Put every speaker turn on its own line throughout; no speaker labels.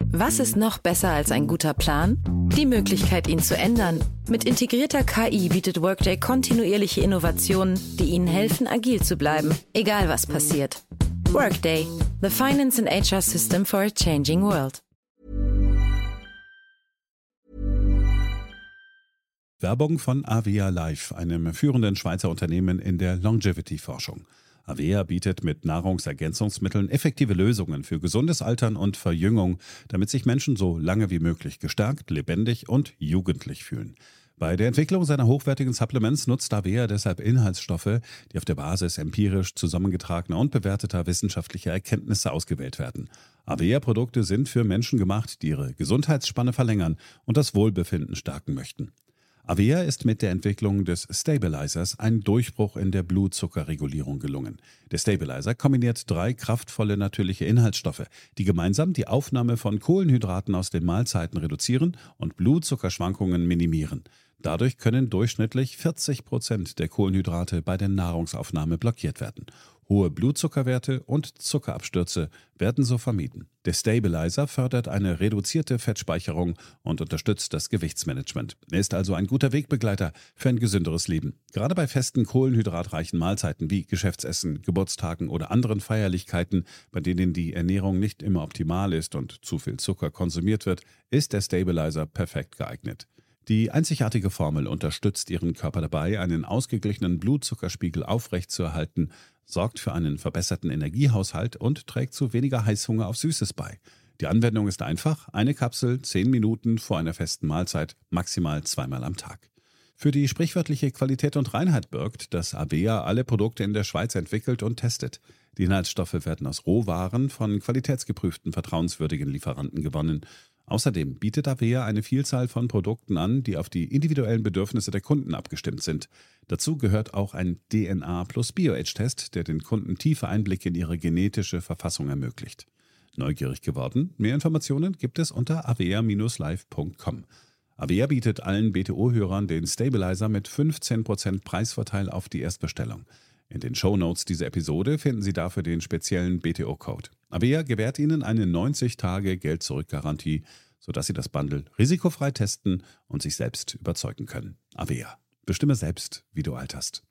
Was ist noch besser als ein guter Plan? Die Möglichkeit, ihn zu ändern. Mit integrierter KI bietet Workday kontinuierliche Innovationen, die Ihnen helfen, agil zu bleiben, egal was passiert. Workday, the finance and HR system for a changing world.
Werbung von Avea Life, einem führenden Schweizer Unternehmen in der Longevity-Forschung. Avea bietet mit Nahrungsergänzungsmitteln effektive Lösungen für gesundes Altern und Verjüngung, damit sich Menschen so lange wie möglich gestärkt, lebendig und jugendlich fühlen. Bei der Entwicklung seiner hochwertigen Supplements nutzt Avea deshalb Inhaltsstoffe, die auf der Basis empirisch zusammengetragener und bewerteter wissenschaftlicher Erkenntnisse ausgewählt werden. Avea-Produkte sind für Menschen gemacht, die ihre Gesundheitsspanne verlängern und das Wohlbefinden stärken möchten. Avea ist mit der Entwicklung des Stabilizers ein Durchbruch in der Blutzuckerregulierung gelungen. Der Stabilizer kombiniert 3 kraftvolle natürliche Inhaltsstoffe, die gemeinsam die Aufnahme von Kohlenhydraten aus den Mahlzeiten reduzieren und Blutzuckerschwankungen minimieren. Dadurch können durchschnittlich 40% der Kohlenhydrate bei der Nahrungsaufnahme blockiert werden. Hohe Blutzuckerwerte und Zuckerabstürze werden so vermieden. Der Stabilizer fördert eine reduzierte Fettspeicherung und unterstützt das Gewichtsmanagement. Er ist also ein guter Wegbegleiter für ein gesünderes Leben. Gerade bei festen kohlenhydratreichen Mahlzeiten wie Geschäftsessen, Geburtstagen oder anderen Feierlichkeiten, bei denen die Ernährung nicht immer optimal ist und zu viel Zucker konsumiert wird, ist der Stabilizer perfekt geeignet. Die einzigartige Formel unterstützt Ihren Körper dabei, einen ausgeglichenen Blutzuckerspiegel aufrechtzuerhalten, sorgt für einen verbesserten Energiehaushalt und trägt zu weniger Heißhunger auf Süßes bei. Die Anwendung ist einfach: eine Kapsel 10 Minuten vor einer festen Mahlzeit, maximal 2-mal am Tag. Für die sprichwörtliche Qualität und Reinheit birgt, dass Avea alle Produkte in der Schweiz entwickelt und testet. Die Inhaltsstoffe werden aus Rohwaren von qualitätsgeprüften, vertrauenswürdigen Lieferanten gewonnen. Außerdem bietet Avea eine Vielzahl von Produkten an, die auf die individuellen Bedürfnisse der Kunden abgestimmt sind. Dazu gehört auch ein DNA plus Bio-Age-Test, der den Kunden tiefe Einblicke in ihre genetische Verfassung ermöglicht. Neugierig geworden? Mehr Informationen gibt es unter avea-live.com. Avea bietet allen BTO-Hörern den Stabilizer mit 15% Preisvorteil auf die Erstbestellung. In den Shownotes dieser Episode finden Sie dafür den speziellen BTO-Code. Avea gewährt Ihnen eine 90-Tage-Geld-Zurück-Garantie, sodass Sie das Bundle risikofrei testen und sich selbst überzeugen können. Avea. Bestimme selbst, wie du alterst.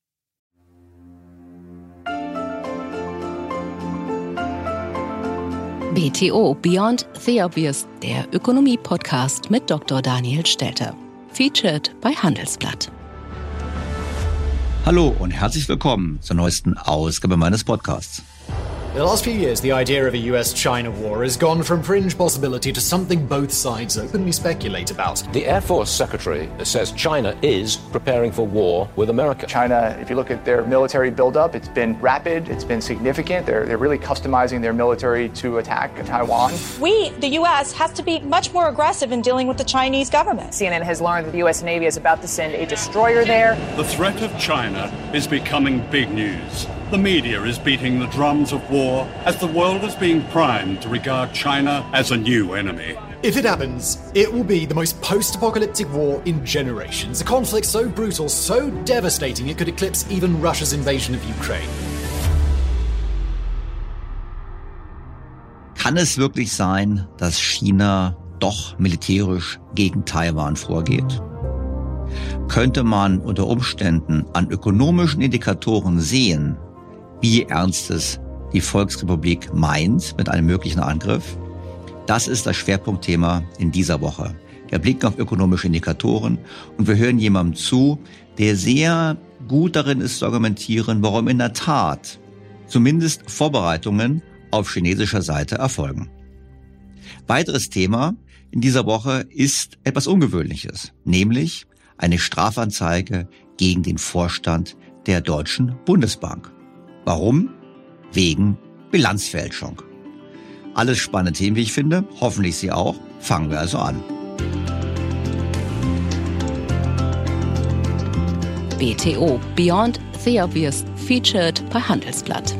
BTO Beyond the Obvious, der Ökonomie-Podcast mit Dr. Daniel Stelter. Featured bei Handelsblatt.
Hallo und herzlich willkommen zur neuesten Ausgabe meines Podcasts.
In the last few years, the idea of a US-China war has gone from fringe possibility to something both sides openly speculate about.
The Air Force Secretary says China is preparing for war with America.
China, if you look at their military buildup, it's been rapid, it's been significant. They're really customizing their military to attack Taiwan.
We, the US, has to be much more aggressive in dealing with the Chinese government.
CNN has learned that the US Navy is about to send a destroyer there.
The threat of China is becoming big news. The media is beating the drums of war as the world is being primed to regard China as a new enemy.
If it happens, it will be the most post-apocalyptic war in generations. A conflict so brutal, so devastating, it could eclipse even Russia's invasion of Ukraine.
Kann es wirklich sein, dass China doch militärisch gegen Taiwan vorgeht? Könnte man unter Umständen an ökonomischen Indikatoren sehen, wie ernst es die Volksrepublik meint mit einem möglichen Angriff? Das ist das Schwerpunktthema in dieser Woche. Der Blick auf ökonomische Indikatoren, und wir hören jemandem zu, der sehr gut darin ist zu argumentieren, warum in der Tat zumindest Vorbereitungen auf chinesischer Seite erfolgen. Weiteres Thema in dieser Woche ist etwas Ungewöhnliches, nämlich eine Strafanzeige gegen den Vorstand der Deutschen Bundesbank. Warum? Wegen Bilanzfälschung. Alles spannende Themen, wie ich finde. Hoffentlich Sie auch. Fangen wir also an.
BTO Beyond the Obvious, featured bei Handelsblatt.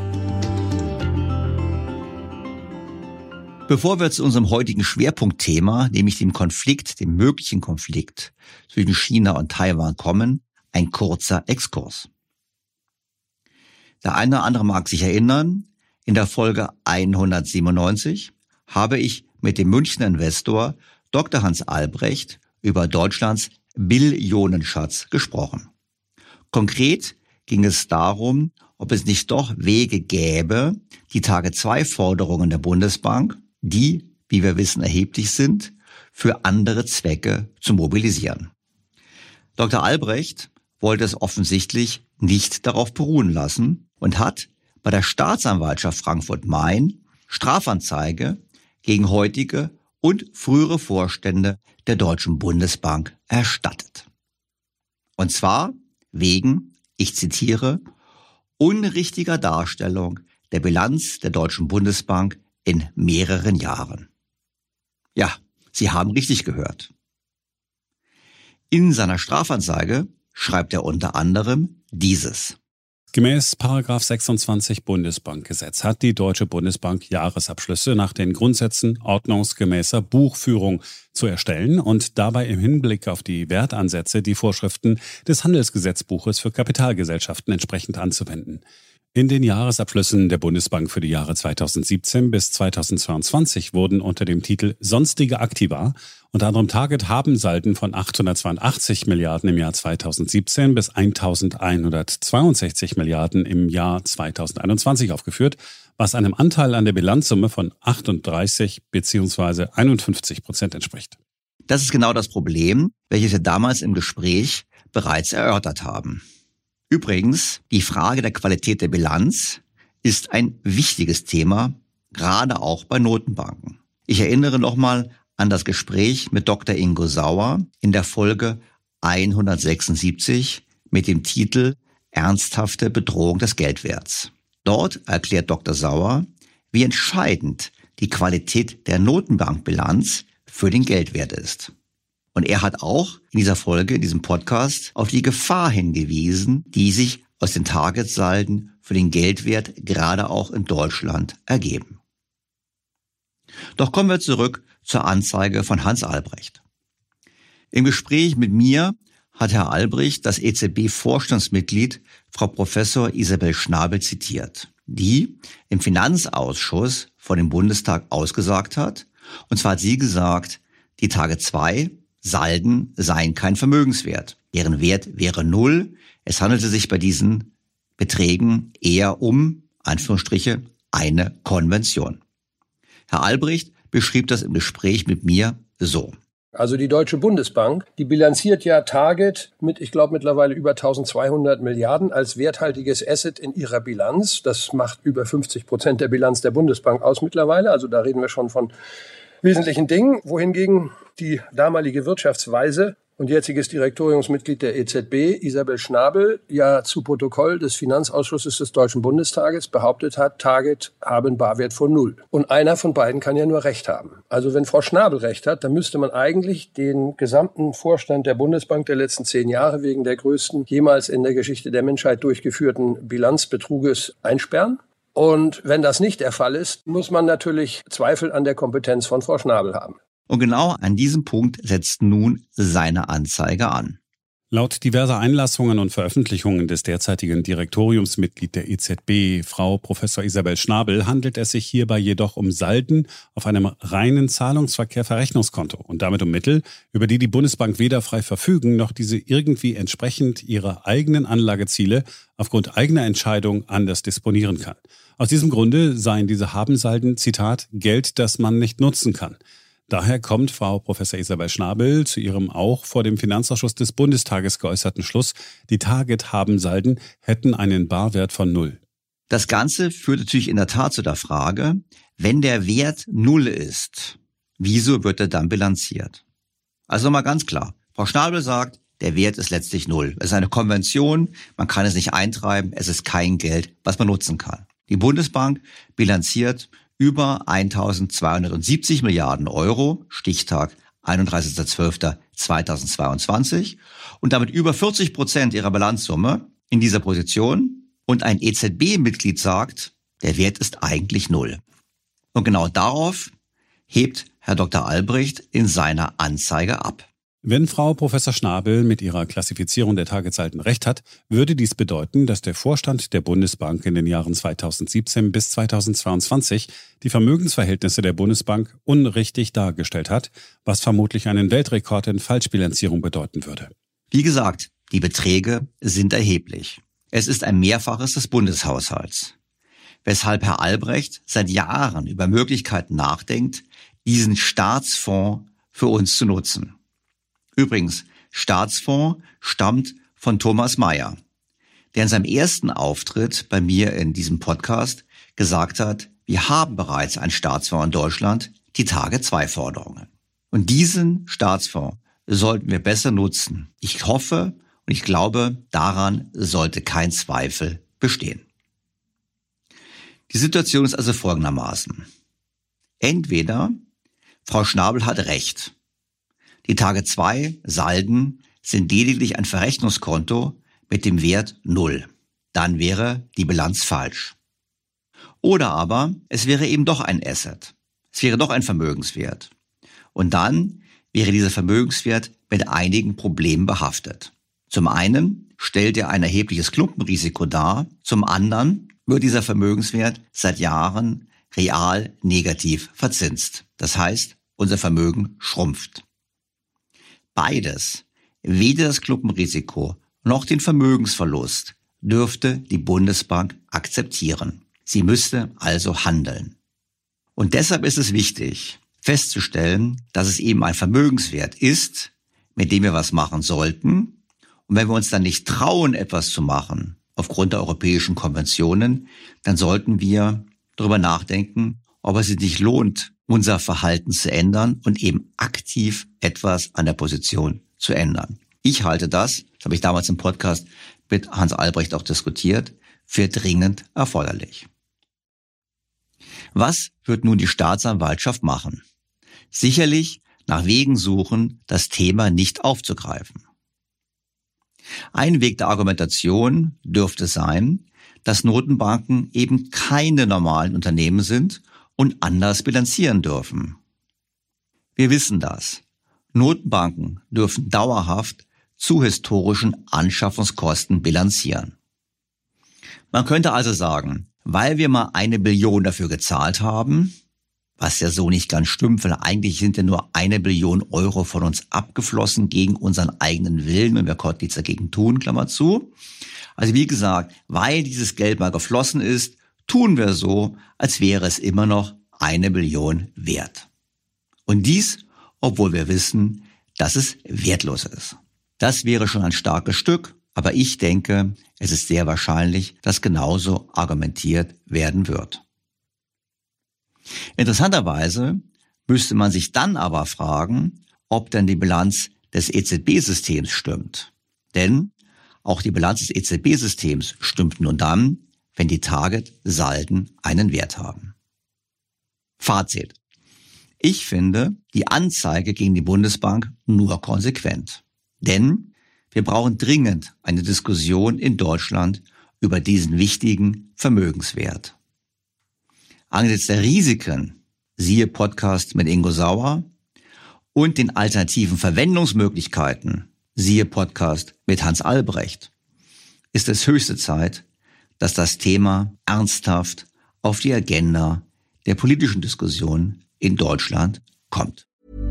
Bevor wir zu unserem heutigen Schwerpunktthema, nämlich dem möglichen Konflikt zwischen China und Taiwan kommen, ein kurzer Exkurs. Der eine oder andere mag sich erinnern, in der Folge 197 habe ich mit dem Münchner Investor Dr. Hans Albrecht über Deutschlands Billionenschatz gesprochen. Konkret ging es darum, ob es nicht doch Wege gäbe, die Tage-2-Forderungen der Bundesbank, die, wie wir wissen, erheblich sind, für andere Zwecke zu mobilisieren. Dr. Albrecht wollte es offensichtlich nicht darauf beruhen lassen und hat bei der Staatsanwaltschaft Frankfurt-Main Strafanzeige gegen heutige und frühere Vorstände der Deutschen Bundesbank erstattet. Und zwar wegen, ich zitiere, unrichtiger Darstellung der Bilanz der Deutschen Bundesbank in mehreren Jahren. Ja, Sie haben richtig gehört. In seiner Strafanzeige schreibt er unter anderem dieses.
Gemäß § 26 Bundesbankgesetz hat die Deutsche Bundesbank Jahresabschlüsse nach den Grundsätzen ordnungsgemäßer Buchführung zu erstellen und dabei im Hinblick auf die Wertansätze die Vorschriften des Handelsgesetzbuches für Kapitalgesellschaften entsprechend anzuwenden. In den Jahresabschlüssen der Bundesbank für die Jahre 2017 bis 2022 wurden unter dem Titel Sonstige Aktiva unter anderem Target-Habensalden von 882 Milliarden im Jahr 2017 bis 1162 Milliarden im Jahr 2021 aufgeführt, was einem Anteil an der Bilanzsumme von 38 bzw. 51% entspricht.
Das ist genau das Problem, welches wir damals im Gespräch bereits erörtert haben. Übrigens, die Frage der Qualität der Bilanz ist ein wichtiges Thema, gerade auch bei Notenbanken. Ich erinnere nochmal an das Gespräch mit Dr. Ingo Sauer in der Folge 176 mit dem Titel Ernsthafte Bedrohung des Geldwerts. Dort erklärt Dr. Sauer, wie entscheidend die Qualität der Notenbankbilanz für den Geldwert ist. Und er hat auch in dieser Folge, in diesem Podcast, auf die Gefahr hingewiesen, die sich aus den Targetsalden für den Geldwert gerade auch in Deutschland ergeben. Doch kommen wir zurück zur Anzeige von Hans Albrecht. Im Gespräch mit mir hat Herr Albrecht das EZB-Vorstandsmitglied Frau Professor Isabel Schnabel zitiert, die im Finanzausschuss vor dem Bundestag ausgesagt hat. Und zwar hat sie gesagt, die Tage-2 Salden seien kein Vermögenswert. Deren Wert wäre 0. Es handelte sich bei diesen Beträgen eher um, Anführungsstriche, eine Konvention. Herr Albrecht beschrieb das im Gespräch mit mir so.
Also die Deutsche Bundesbank, die bilanziert ja Target mit, ich glaube, mittlerweile über 1200 Milliarden als werthaltiges Asset in ihrer Bilanz. Das macht über 50% der Bilanz der Bundesbank aus mittlerweile. Also da reden wir schon von wesentlichen Dingen, wohingegen die damalige Wirtschaftsweise und jetziges Direktoriumsmitglied der EZB, Isabel Schnabel, ja zu Protokoll des Finanzausschusses des Deutschen Bundestages behauptet hat, Target haben Barwert von 0. Und einer von beiden kann ja nur Recht haben. Also wenn Frau Schnabel Recht hat, dann müsste man eigentlich den gesamten Vorstand der Bundesbank der letzten 10 Jahre wegen der größten jemals in der Geschichte der Menschheit durchgeführten Bilanzbetruges einsperren. Und wenn das nicht der Fall ist, muss man natürlich Zweifel an der Kompetenz von Frau Schnabel haben.
Und genau an diesem Punkt setzt nun seine Anzeige an.
Laut diverser Einlassungen und Veröffentlichungen des derzeitigen Direktoriumsmitglieds der EZB, Frau Professor Isabel Schnabel, handelt es sich hierbei jedoch um Salden auf einem reinen Zahlungsverkehr-Verrechnungskonto und damit um Mittel, über die die Bundesbank weder frei verfügen, noch diese irgendwie entsprechend ihrer eigenen Anlageziele aufgrund eigener Entscheidung anders disponieren kann. Aus diesem Grunde seien diese Habensalden, Zitat, Geld, das man nicht nutzen kann. Daher kommt Frau Professor Isabel Schnabel zu ihrem auch vor dem Finanzausschuss des Bundestages geäußerten Schluss, die Target-Habensalden hätten einen Barwert von 0.
Das Ganze führt natürlich in der Tat zu der Frage, wenn der Wert 0 ist, wieso wird er dann bilanziert? Also mal ganz klar, Frau Schnabel sagt, der Wert ist letztlich 0. Es ist eine Konvention, man kann es nicht eintreiben, es ist kein Geld, was man nutzen kann. Die Bundesbank bilanziert über 1.270 Milliarden Euro, Stichtag 31.12.2022 und damit über 40% ihrer Bilanzsumme in dieser Position. Und ein EZB-Mitglied sagt, der Wert ist eigentlich 0. Und genau darauf hebt Herr Dr. Albrecht in seiner Anzeige ab.
Wenn Frau Professor Schnabel mit ihrer Klassifizierung der Tagessalden recht hat, würde dies bedeuten, dass der Vorstand der Bundesbank in den Jahren 2017 bis 2022 die Vermögensverhältnisse der Bundesbank unrichtig dargestellt hat, was vermutlich einen Weltrekord in Falschbilanzierung bedeuten würde.
Wie gesagt, die Beträge sind erheblich. Es ist ein Mehrfaches des Bundeshaushalts. Weshalb Herr Albrecht seit Jahren über Möglichkeiten nachdenkt, diesen Staatsfonds für uns zu nutzen. Übrigens, Staatsfonds stammt von Thomas Mayer, der in seinem ersten Auftritt bei mir in diesem Podcast gesagt hat, wir haben bereits einen Staatsfonds in Deutschland, die Tage-2-Forderungen. Und diesen Staatsfonds sollten wir besser nutzen. Ich hoffe und ich glaube, daran sollte kein Zweifel bestehen. Die Situation ist also folgendermaßen. Entweder Frau Schnabel hat recht. Die Tage-2-Salden sind lediglich ein Verrechnungskonto mit dem Wert 0. Dann wäre die Bilanz falsch. Oder aber es wäre eben doch ein Asset. Es wäre doch ein Vermögenswert. Und dann wäre dieser Vermögenswert mit einigen Problemen behaftet. Zum einen stellt er ein erhebliches Klumpenrisiko dar. Zum anderen wird dieser Vermögenswert seit Jahren real negativ verzinst. Das heißt, unser Vermögen schrumpft. Beides, weder das Klumpenrisiko noch den Vermögensverlust, dürfte die Bundesbank akzeptieren. Sie müsste also handeln. Und deshalb ist es wichtig, festzustellen, dass es eben ein Vermögenswert ist, mit dem wir was machen sollten. Und wenn wir uns dann nicht trauen, etwas zu machen, aufgrund der europäischen Konventionen, dann sollten wir darüber nachdenken, ob es sich nicht lohnt, unser Verhalten zu ändern und eben aktiv etwas an der Position zu ändern. Ich halte das habe ich damals im Podcast mit Hans Albrecht auch diskutiert, für dringend erforderlich. Was wird nun die Staatsanwaltschaft machen? Sicherlich nach Wegen suchen, das Thema nicht aufzugreifen. Ein Weg der Argumentation dürfte sein, dass Notenbanken eben keine normalen Unternehmen sind und anders bilanzieren dürfen. Wir wissen das. Notenbanken dürfen dauerhaft zu historischen Anschaffungskosten bilanzieren. Man könnte also sagen, weil wir mal 1 Billion dafür gezahlt haben, was ja so nicht ganz stimmt, weil eigentlich sind ja nur 1 Billion Euro von uns abgeflossen gegen unseren eigenen Willen und wir konnten nichts dagegen tun, Klammer zu. Also wie gesagt, weil dieses Geld mal geflossen ist, tun wir so, als wäre es immer noch 1 Billion wert. Und dies, obwohl wir wissen, dass es wertlos ist. Das wäre schon ein starkes Stück, aber ich denke, es ist sehr wahrscheinlich, dass genauso argumentiert werden wird. Interessanterweise müsste man sich dann aber fragen, ob denn die Bilanz des EZB-Systems stimmt. Denn auch die Bilanz des EZB-Systems stimmt nur dann, wenn die Target-Salden einen Wert haben. Fazit. Ich finde die Anzeige gegen die Bundesbank nur konsequent. Denn wir brauchen dringend eine Diskussion in Deutschland über diesen wichtigen Vermögenswert. Angesichts der Risiken, siehe Podcast mit Ingo Sauer, und den alternativen Verwendungsmöglichkeiten, siehe Podcast mit Hans Albrecht, ist es höchste Zeit, dass das Thema ernsthaft auf die Agenda der politischen Diskussion in Deutschland kommt.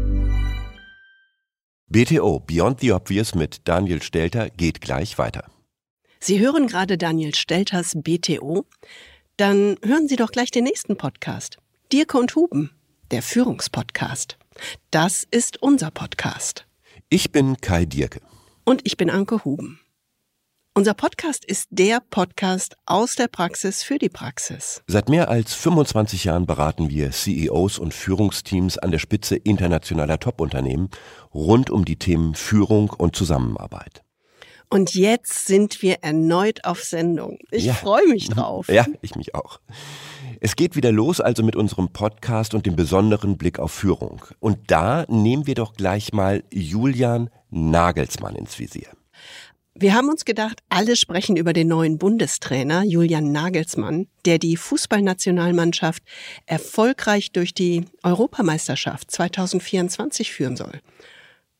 BTO Beyond the Obvious mit Daniel Stelter geht gleich weiter.
Sie hören gerade Daniel Stelters BTO? Dann hören Sie doch gleich den nächsten Podcast. Dirke und Huben, der Führungspodcast. Das ist unser Podcast.
Ich bin Kai Dirke.
Und ich bin Anke Huben. Unser Podcast ist der Podcast aus der Praxis für die Praxis.
Seit mehr als 25 Jahren beraten wir CEOs und Führungsteams an der Spitze internationaler Top-Unternehmen rund um die Themen Führung und Zusammenarbeit.
Und jetzt sind wir erneut auf Sendung. Ich freue mich drauf.
Ja, ich mich auch. Es geht wieder los also mit unserem Podcast und dem besonderen Blick auf Führung. Und da nehmen wir doch gleich mal Julian Nagelsmann ins Visier.
Wir haben uns gedacht, alle sprechen über den neuen Bundestrainer Julian Nagelsmann, der die Fußballnationalmannschaft erfolgreich durch die Europameisterschaft 2024 führen soll.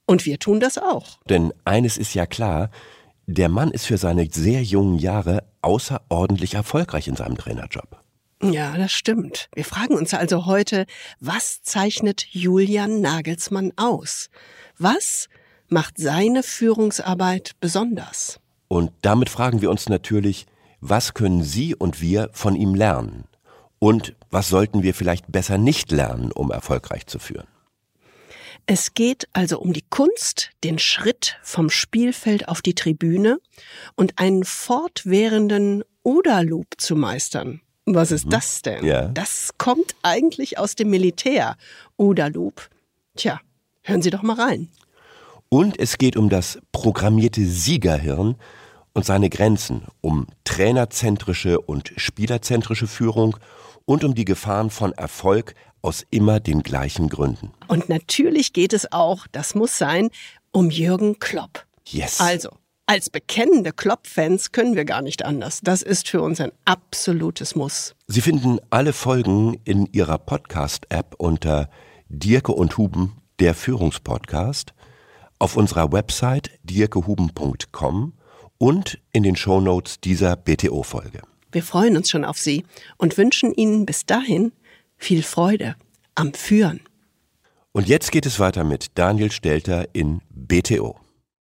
Und wir tun das auch.
Denn eines ist ja klar, der Mann ist für seine sehr jungen Jahre außerordentlich erfolgreich in seinem Trainerjob.
Ja, das stimmt. Wir fragen uns also heute, was zeichnet Julian Nagelsmann aus? Was macht seine Führungsarbeit besonders?
Und damit fragen wir uns natürlich, was können Sie und wir von ihm lernen? Und was sollten wir vielleicht besser nicht lernen, um erfolgreich zu führen?
Es geht also um die Kunst, den Schritt vom Spielfeld auf die Tribüne und einen fortwährenden OODA-Loop zu meistern. Was ist das denn?
Ja.
Das kommt eigentlich aus dem Militär. OODA-Loop. Tja, hören Sie doch mal rein.
Und es geht um das programmierte Siegerhirn und seine Grenzen, um trainerzentrische und spielerzentrische Führung und um die Gefahren von Erfolg aus immer den gleichen Gründen.
Und natürlich geht es auch, das muss sein, um Jürgen Klopp.
Yes.
Also, als bekennende Klopp-Fans können wir gar nicht anders. Das ist für uns ein absolutes Muss.
Sie finden alle Folgen in Ihrer Podcast-App unter Dierke und Huben, der Führungspodcast, auf unserer Website dierkehuben.com und in den Shownotes dieser BTO-Folge.
Wir freuen uns schon auf Sie und wünschen Ihnen bis dahin viel Freude am Führen.
Und jetzt geht es weiter mit Daniel Stelter in BTO.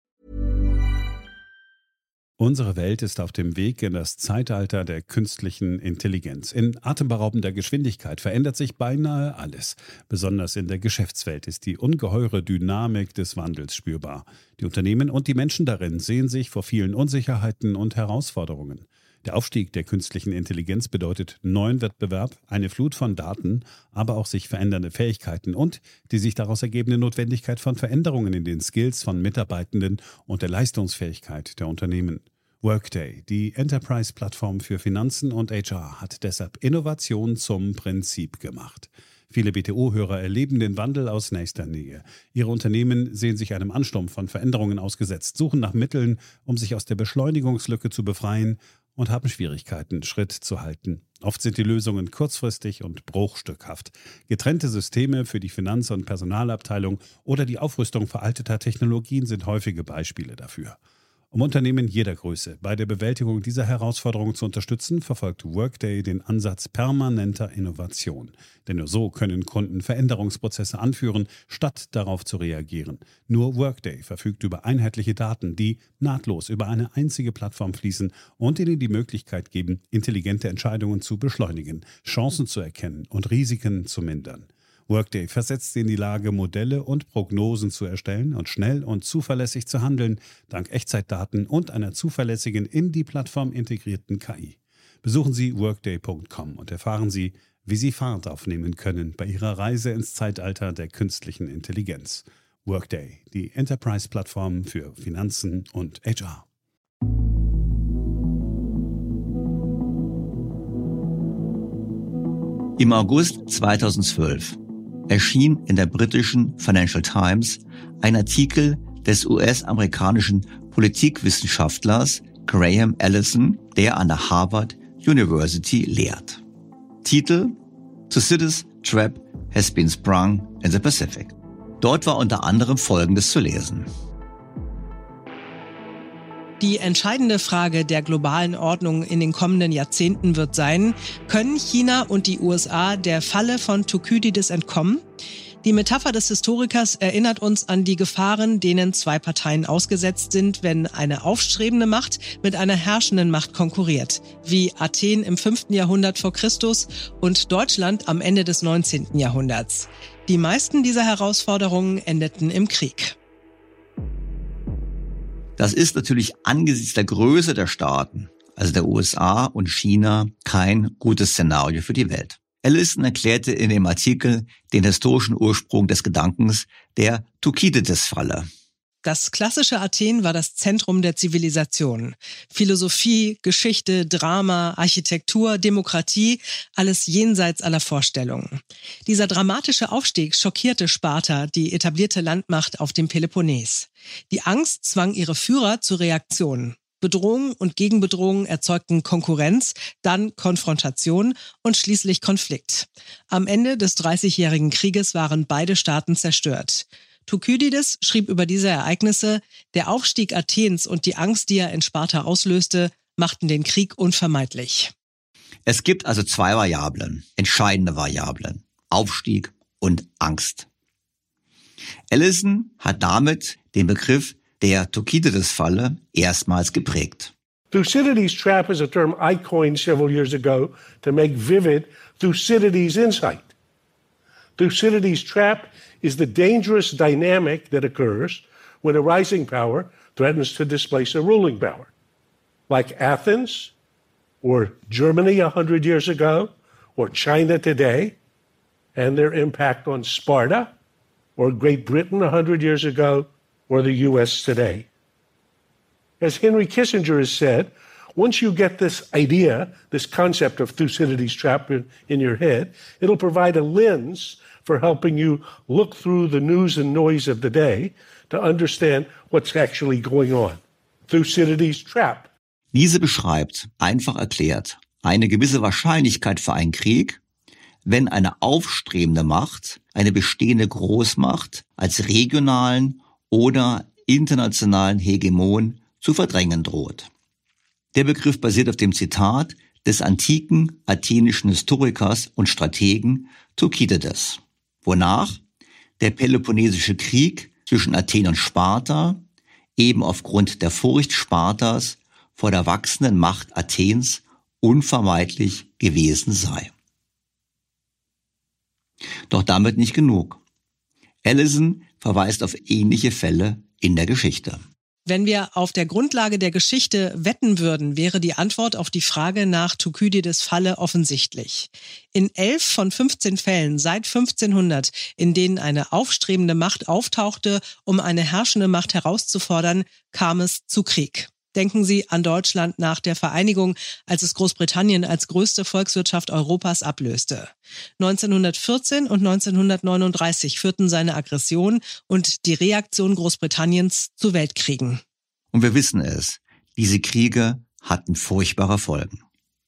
Unsere Welt ist auf dem Weg in das Zeitalter der künstlichen Intelligenz. In atemberaubender Geschwindigkeit verändert sich beinahe alles. Besonders in der Geschäftswelt ist die ungeheure Dynamik des Wandels spürbar. Die Unternehmen und die Menschen darin sehen sich vor vielen Unsicherheiten und Herausforderungen. Der Aufstieg der künstlichen Intelligenz bedeutet neuen Wettbewerb, eine Flut von Daten, aber auch sich verändernde Fähigkeiten und die sich daraus ergebende Notwendigkeit von Veränderungen in den Skills von Mitarbeitenden und der Leistungsfähigkeit der Unternehmen. Workday, die Enterprise-Plattform für Finanzen und HR, hat deshalb Innovation zum Prinzip gemacht. Viele BTO-Hörer erleben den Wandel aus nächster Nähe. Ihre Unternehmen sehen sich einem Ansturm von Veränderungen ausgesetzt, suchen nach Mitteln, um sich aus der Beschleunigungslücke zu befreien und haben Schwierigkeiten, Schritt zu halten. Oft sind die Lösungen kurzfristig und bruchstückhaft. Getrennte Systeme für die Finanz- und Personalabteilung oder die Aufrüstung veralteter Technologien sind häufige Beispiele dafür. Um Unternehmen jeder Größe bei der Bewältigung dieser Herausforderung zu unterstützen, verfolgt Workday den Ansatz permanenter Innovation. Denn nur so können Kunden Veränderungsprozesse anführen, statt darauf zu reagieren. Nur Workday verfügt über einheitliche Daten, die nahtlos über eine einzige Plattform fließen und ihnen die Möglichkeit geben, intelligente Entscheidungen zu beschleunigen, Chancen zu erkennen und Risiken zu mindern. Workday versetzt sie in die Lage, Modelle und Prognosen zu erstellen und schnell und zuverlässig zu handeln, dank Echtzeitdaten und einer zuverlässigen in die Plattform integrierten KI. Besuchen Sie workday.com und erfahren Sie, wie Sie Fahrt aufnehmen können bei Ihrer Reise ins Zeitalter der künstlichen Intelligenz. Workday, die Enterprise-Plattform für Finanzen und HR.
Im August 2012 erschien in der britischen Financial Times ein Artikel des US-amerikanischen Politikwissenschaftlers Graham Allison, der an der Harvard University lehrt. Titel: Thucydides' Trap has been sprung in the Pacific. Dort war unter anderem Folgendes zu lesen.
Die entscheidende Frage der globalen Ordnung in den kommenden Jahrzehnten wird sein, können China und die USA der Falle von Thukydides entkommen? Die Metapher des Historikers erinnert uns an die Gefahren, denen zwei Parteien ausgesetzt sind, wenn eine aufstrebende Macht mit einer herrschenden Macht konkurriert, wie Athen im 5. Jahrhundert vor Christus und Deutschland am Ende des 19. Jahrhunderts. Die meisten dieser Herausforderungen endeten im Krieg.
Das ist natürlich angesichts der Größe der Staaten, also der USA und China, kein gutes Szenario für die Welt. Allison erklärte in dem Artikel den historischen Ursprung des Gedankens der Thukydides-Falle.
Das klassische Athen war das Zentrum der Zivilisation. Philosophie, Geschichte, Drama, Architektur, Demokratie, alles jenseits aller Vorstellungen. Dieser dramatische Aufstieg schockierte Sparta, die etablierte Landmacht auf dem Peloponnes. Die Angst zwang ihre Führer zur Reaktion. Bedrohung und Gegenbedrohung erzeugten Konkurrenz, dann Konfrontation und schließlich Konflikt. Am Ende des 30-jährigen Krieges waren beide Staaten zerstört. Thukydides schrieb über diese Ereignisse: Der Aufstieg Athens und die Angst, die er in Sparta auslöste, machten den Krieg unvermeidlich.
Es gibt also zwei Variablen, entscheidende Variablen: Aufstieg und Angst. Allison hat damit den Begriff der Thukydides-Falle erstmals geprägt.
Thucydides' trap is a term I coined several years ago to make vivid Thucydides' insight. Thucydides' trap is the dangerous dynamic that occurs when a rising power threatens to displace a ruling power, like Athens or Germany 100 years ago or China today and their impact on Sparta or Great Britain 100 years ago or the U.S. today. As Henry Kissinger has said, once you get this idea, this concept of Thucydides' trap in your head, it'll provide a lens for helping you look through the news and noise of the day to understand what's actually going on. Thucydides' trap.
Diese beschreibt, einfach erklärt, eine gewisse Wahrscheinlichkeit für einen Krieg, wenn eine aufstrebende Macht eine bestehende Großmacht als regionalen oder internationalen Hegemon zu verdrängen droht. Der Begriff basiert auf dem Zitat des antiken athenischen Historikers und Strategen Thukydides, wonach der Peloponnesische Krieg zwischen Athen und Sparta eben aufgrund der Furcht Spartas vor der wachsenden Macht Athens unvermeidlich gewesen sei. Doch damit nicht genug. Allison verweist auf ähnliche Fälle in der Geschichte.
Wenn wir auf der Grundlage der Geschichte wetten würden, wäre die Antwort auf die Frage nach Thukydides' Falle offensichtlich. In 11 von 15 Fällen seit 1500, in denen eine aufstrebende Macht auftauchte, um eine herrschende Macht herauszufordern, kam es zu Krieg. Denken Sie an Deutschland nach der Vereinigung, als es Großbritannien als größte Volkswirtschaft Europas ablöste. 1914 und 1939 führten seine Aggression und die Reaktion Großbritanniens zu Weltkriegen.
Und wir wissen es, diese Kriege hatten furchtbare Folgen.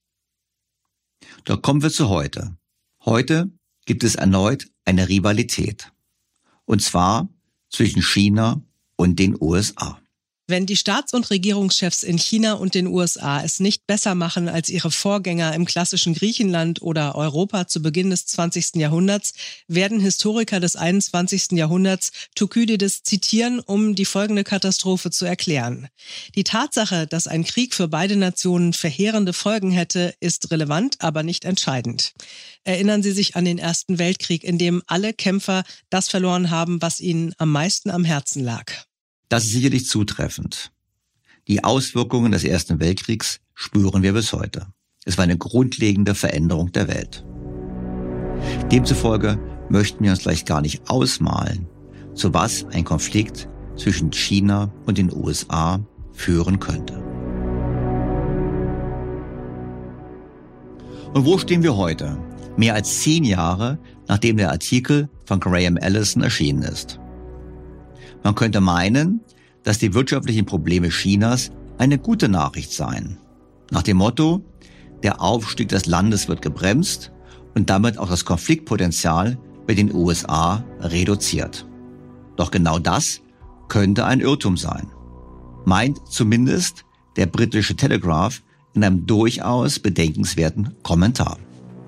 Doch kommen wir zu heute. Heute gibt es erneut eine Rivalität. Und zwar zwischen China und den USA.
Wenn die Staats- und Regierungschefs in China und den USA es nicht besser machen als ihre Vorgänger im klassischen Griechenland oder Europa zu Beginn des 20. Jahrhunderts, werden Historiker des 21. Jahrhunderts Thukydides zitieren, um die folgende Katastrophe zu erklären. Die Tatsache, dass ein Krieg für beide Nationen verheerende Folgen hätte, ist relevant, aber nicht entscheidend. Erinnern Sie sich an den Ersten Weltkrieg, in dem alle Kämpfer das verloren haben, was ihnen am meisten am Herzen lag.
Das ist sicherlich zutreffend. Die Auswirkungen des Ersten Weltkriegs spüren wir bis heute. Es war eine grundlegende Veränderung der Welt. Demzufolge möchten wir uns vielleicht gar nicht ausmalen, zu was ein Konflikt zwischen China und den USA führen könnte. Und wo stehen wir heute? Mehr als 10 Jahre, nachdem der Artikel von Graham Allison erschienen ist. Man könnte meinen, dass die wirtschaftlichen Probleme Chinas eine gute Nachricht seien. Nach dem Motto, der Aufstieg des Landes wird gebremst und damit auch das Konfliktpotenzial mit den USA reduziert. Doch genau das könnte ein Irrtum sein. Meint zumindest der britische Telegraph in einem durchaus bedenkenswerten Kommentar.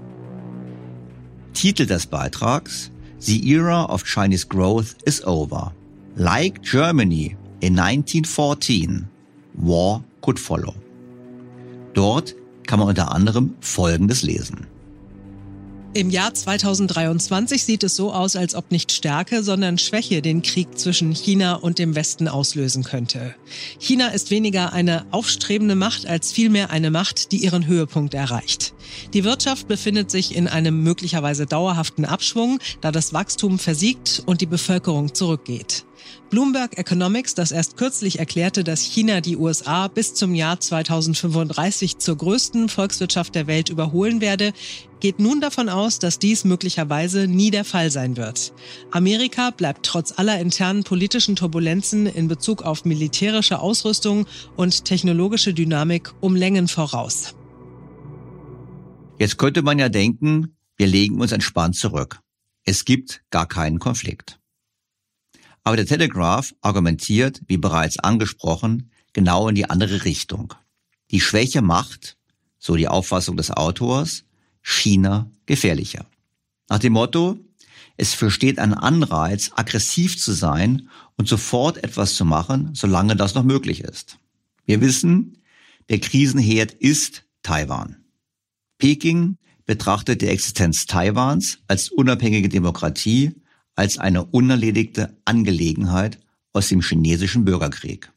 Titel des Beitrags: The Era of Chinese Growth is over. Like Germany in 1914, war could follow. Dort kann man unter anderem Folgendes lesen.
Im Jahr 2023 sieht es so aus, als ob nicht Stärke, sondern Schwäche den Krieg zwischen China und dem Westen auslösen könnte. China ist weniger eine aufstrebende Macht als vielmehr eine Macht, die ihren Höhepunkt erreicht. Die Wirtschaft befindet sich in einem möglicherweise dauerhaften Abschwung, da das Wachstum versiegt und die Bevölkerung zurückgeht. Bloomberg Economics, das erst kürzlich erklärte, dass China die USA bis zum Jahr 2035 zur größten Volkswirtschaft der Welt überholen werde, geht nun davon aus, dass dies möglicherweise nie der Fall sein wird. Amerika bleibt trotz aller internen politischen Turbulenzen in Bezug auf militärische Ausrüstung und technologische Dynamik um Längen voraus.
Jetzt könnte man ja denken, wir legen uns entspannt zurück. Es gibt gar keinen Konflikt. Aber der Telegraph argumentiert, wie bereits angesprochen, genau in die andere Richtung. Die Schwäche macht, so die Auffassung des Autors, China gefährlicher. Nach dem Motto, es besteht ein Anreiz, aggressiv zu sein und sofort etwas zu machen, solange das noch möglich ist. Wir wissen, der Krisenherd ist Taiwan. Peking betrachtet die Existenz Taiwans als unabhängige Demokratie als eine unerledigte Angelegenheit aus dem chinesischen Bürgerkrieg.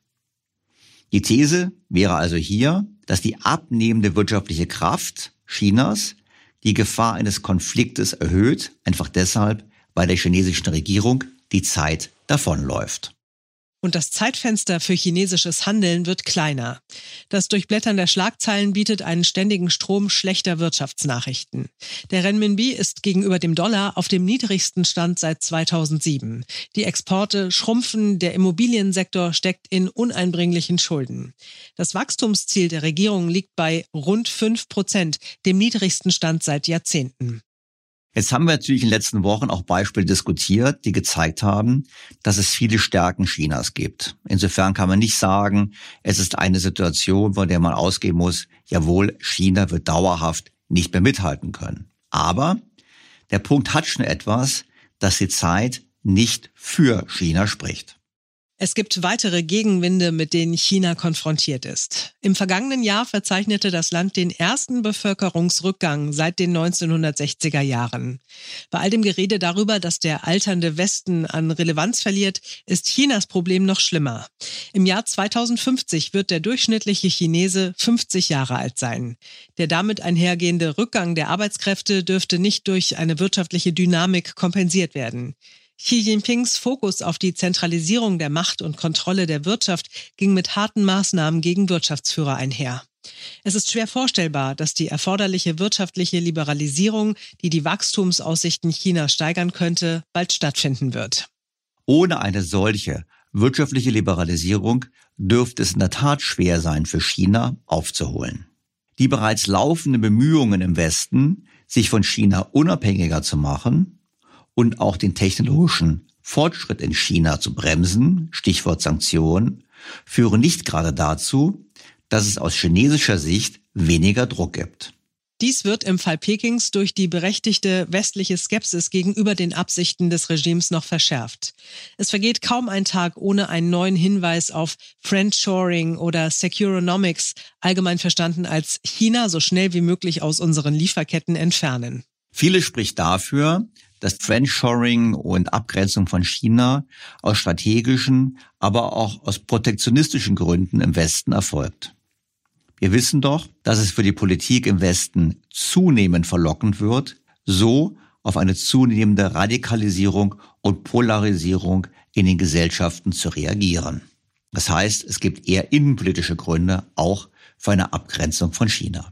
Die These wäre also hier, dass die abnehmende wirtschaftliche Kraft Chinas die Gefahr eines Konfliktes erhöht, einfach deshalb, weil der chinesischen Regierung die Zeit davonläuft.
Und das Zeitfenster für chinesisches Handeln wird kleiner. Das Durchblättern der Schlagzeilen bietet einen ständigen Strom schlechter Wirtschaftsnachrichten. Der Renminbi ist gegenüber dem Dollar auf dem niedrigsten Stand seit 2007. Die Exporte schrumpfen, der Immobiliensektor steckt in uneinbringlichen Schulden. Das Wachstumsziel der Regierung liegt bei rund 5%, dem niedrigsten Stand seit Jahrzehnten.
Jetzt haben wir natürlich in den letzten Wochen auch Beispiele diskutiert, die gezeigt haben, dass es viele Stärken Chinas gibt. Insofern kann man nicht sagen, es ist eine Situation, von der man ausgehen muss, jawohl, China wird dauerhaft nicht mehr mithalten können. Aber der Punkt hat schon etwas, dass die Zeit nicht für China spricht.
Es gibt weitere Gegenwinde, mit denen China konfrontiert ist. Im vergangenen Jahr verzeichnete das Land den ersten Bevölkerungsrückgang seit den 1960er Jahren. Bei all dem Gerede darüber, dass der alternde Westen an Relevanz verliert, ist Chinas Problem noch schlimmer. Im Jahr 2050 wird der durchschnittliche Chinese 50 Jahre alt sein. Der damit einhergehende Rückgang der Arbeitskräfte dürfte nicht durch eine wirtschaftliche Dynamik kompensiert werden. Xi Jinpings Fokus auf die Zentralisierung der Macht und Kontrolle der Wirtschaft ging mit harten Maßnahmen gegen Wirtschaftsführer einher. Es ist schwer vorstellbar, dass die erforderliche wirtschaftliche Liberalisierung, die die Wachstumsaussichten Chinas steigern könnte, bald stattfinden wird.
Ohne eine solche wirtschaftliche Liberalisierung dürfte es in der Tat schwer sein, für China aufzuholen. Die bereits laufenden Bemühungen im Westen, sich von China unabhängiger zu machen und auch den technologischen Fortschritt in China zu bremsen, Stichwort Sanktionen, führen nicht gerade dazu, dass es aus chinesischer Sicht weniger Druck gibt.
Dies wird im Fall Pekings durch die berechtigte westliche Skepsis gegenüber den Absichten des Regimes noch verschärft. Es vergeht kaum ein Tag ohne einen neuen Hinweis auf Friendshoring oder Securonomics, allgemein verstanden als China so schnell wie möglich aus unseren Lieferketten entfernen.
Vieles spricht dafür, dass Friendshoring und Abgrenzung von China aus strategischen, aber auch aus protektionistischen Gründen im Westen erfolgt. Wir wissen doch, dass es für die Politik im Westen zunehmend verlockend wird, so auf eine zunehmende Radikalisierung und Polarisierung in den Gesellschaften zu reagieren. Das heißt, es gibt eher innenpolitische Gründe auch für eine Abgrenzung von China.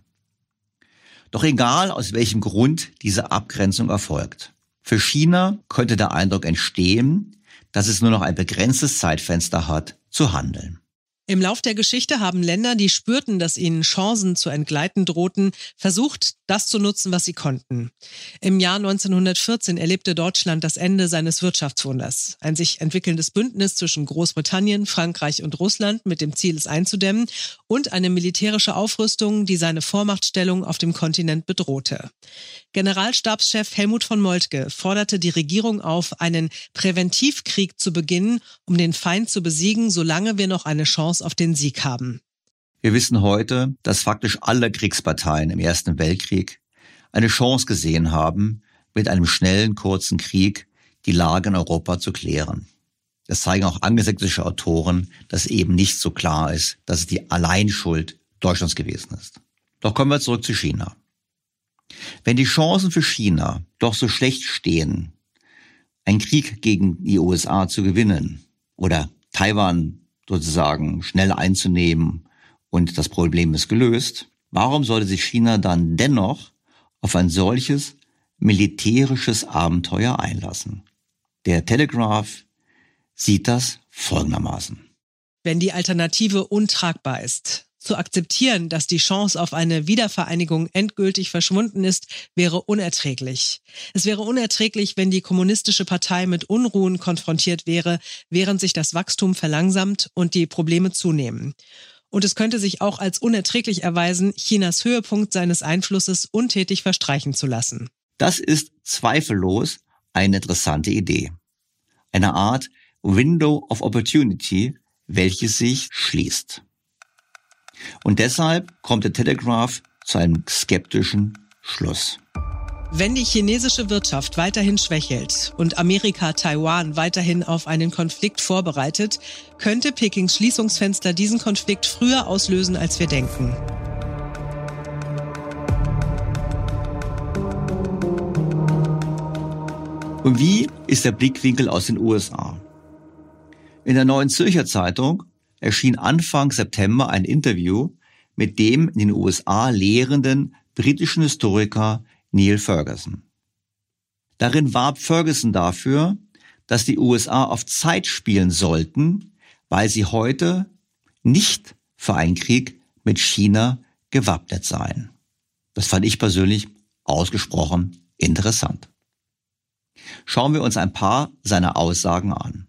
Doch egal, aus welchem Grund diese Abgrenzung erfolgt, für China könnte der Eindruck entstehen, dass es nur noch ein begrenztes Zeitfenster hat, zu handeln.
Im Lauf der Geschichte haben Länder, die spürten, dass ihnen Chancen zu entgleiten drohten, versucht, das zu nutzen, was sie konnten. Im Jahr 1914 erlebte Deutschland das Ende seines Wirtschaftswunders. Ein sich entwickelndes Bündnis zwischen Großbritannien, Frankreich und Russland mit dem Ziel, es einzudämmen, und eine militärische Aufrüstung, die seine Vormachtstellung auf dem Kontinent bedrohte. Generalstabschef Helmut von Moltke forderte die Regierung auf, einen Präventivkrieg zu beginnen, um den Feind zu besiegen, solange wir noch eine Chance auf den Sieg haben.
Wir wissen heute, dass faktisch alle Kriegsparteien im Ersten Weltkrieg eine Chance gesehen haben, mit einem schnellen, kurzen Krieg die Lage in Europa zu klären. Das zeigen auch angelsächsische Autoren, dass eben nicht so klar ist, dass es die Alleinschuld Deutschlands gewesen ist. Doch kommen wir zurück zu China. Wenn die Chancen für China doch so schlecht stehen, einen Krieg gegen die USA zu gewinnen oder Taiwan sozusagen schnell einzunehmen und das Problem ist gelöst, warum sollte sich China dann dennoch auf ein solches militärisches Abenteuer einlassen? Der Telegraph sieht das folgendermaßen.
Wenn die Alternative untragbar ist, Zu akzeptieren, dass die Chance auf eine Wiedervereinigung endgültig verschwunden ist, wäre unerträglich. Es wäre unerträglich, wenn die kommunistische Partei mit Unruhen konfrontiert wäre, während sich das Wachstum verlangsamt und die Probleme zunehmen. Und es könnte sich auch als unerträglich erweisen, Chinas Höhepunkt seines Einflusses untätig verstreichen zu lassen.
Das ist zweifellos eine interessante Idee. Eine Art Window of Opportunity, welches sich schließt. Und deshalb kommt der Telegraph zu einem skeptischen Schluss.
Wenn die chinesische Wirtschaft weiterhin schwächelt und Amerika Taiwan weiterhin auf einen Konflikt vorbereitet, könnte Pekings Schließungsfenster diesen Konflikt früher auslösen, als wir denken.
Und wie ist der Blickwinkel aus den USA? In der Neuen Zürcher Zeitung erschien Anfang September ein Interview mit dem in den USA lehrenden britischen Historiker Neil Ferguson. Darin warb Ferguson dafür, dass die USA auf Zeit spielen sollten, weil sie heute nicht für einen Krieg mit China gewappnet seien. Das fand ich persönlich ausgesprochen interessant. Schauen wir uns ein paar seiner Aussagen an.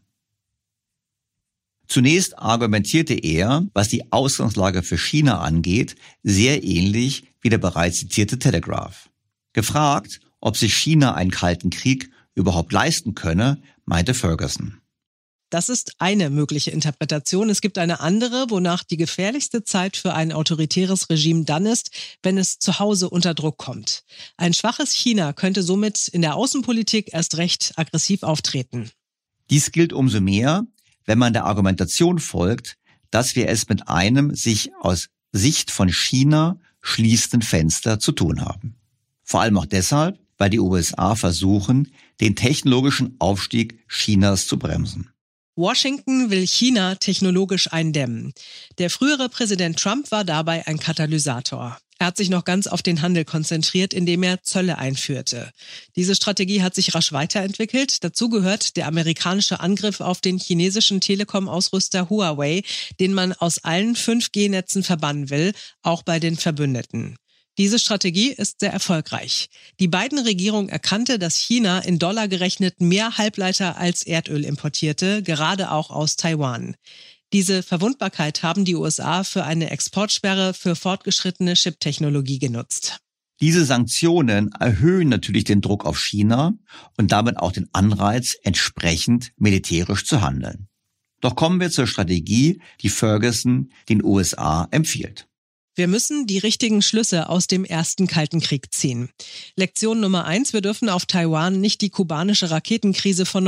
Zunächst argumentierte er, was die Ausgangslage für China angeht, sehr ähnlich wie der bereits zitierte Telegraph. Gefragt, ob sich China einen kalten Krieg überhaupt leisten könne, meinte Ferguson.
Das ist eine mögliche Interpretation. Es gibt eine andere, wonach die gefährlichste Zeit für ein autoritäres Regime dann ist, wenn es zu Hause unter Druck kommt. Ein schwaches China könnte somit in der Außenpolitik erst recht aggressiv auftreten.
Dies gilt umso mehr, wenn man der Argumentation folgt, dass wir es mit einem sich aus Sicht von China schließenden Fenster zu tun haben. Vor allem auch deshalb, weil die USA versuchen, den technologischen Aufstieg Chinas zu bremsen.
Washington will China technologisch eindämmen. Der frühere Präsident Trump war dabei ein Katalysator. Er hat sich noch ganz auf den Handel konzentriert, indem er Zölle einführte. Diese Strategie hat sich rasch weiterentwickelt. Dazu gehört der amerikanische Angriff auf den chinesischen Telekom-Ausrüster Huawei, den man aus allen 5G-Netzen verbannen will, auch bei den Verbündeten. Diese Strategie ist sehr erfolgreich. Die Biden-Regierung erkannte, dass China in Dollar gerechnet mehr Halbleiter als Erdöl importierte, gerade auch aus Taiwan. Diese Verwundbarkeit haben die USA für eine Exportsperre für fortgeschrittene Chip-Technologie genutzt.
Diese Sanktionen erhöhen natürlich den Druck auf China und damit auch den Anreiz, entsprechend militärisch zu handeln. Doch kommen wir zur Strategie, die Ferguson den USA empfiehlt.
Wir müssen die richtigen Schlüsse aus dem ersten Kalten Krieg ziehen. Lektion Nummer 1, wir dürfen auf Taiwan nicht die kubanische Raketenkrise von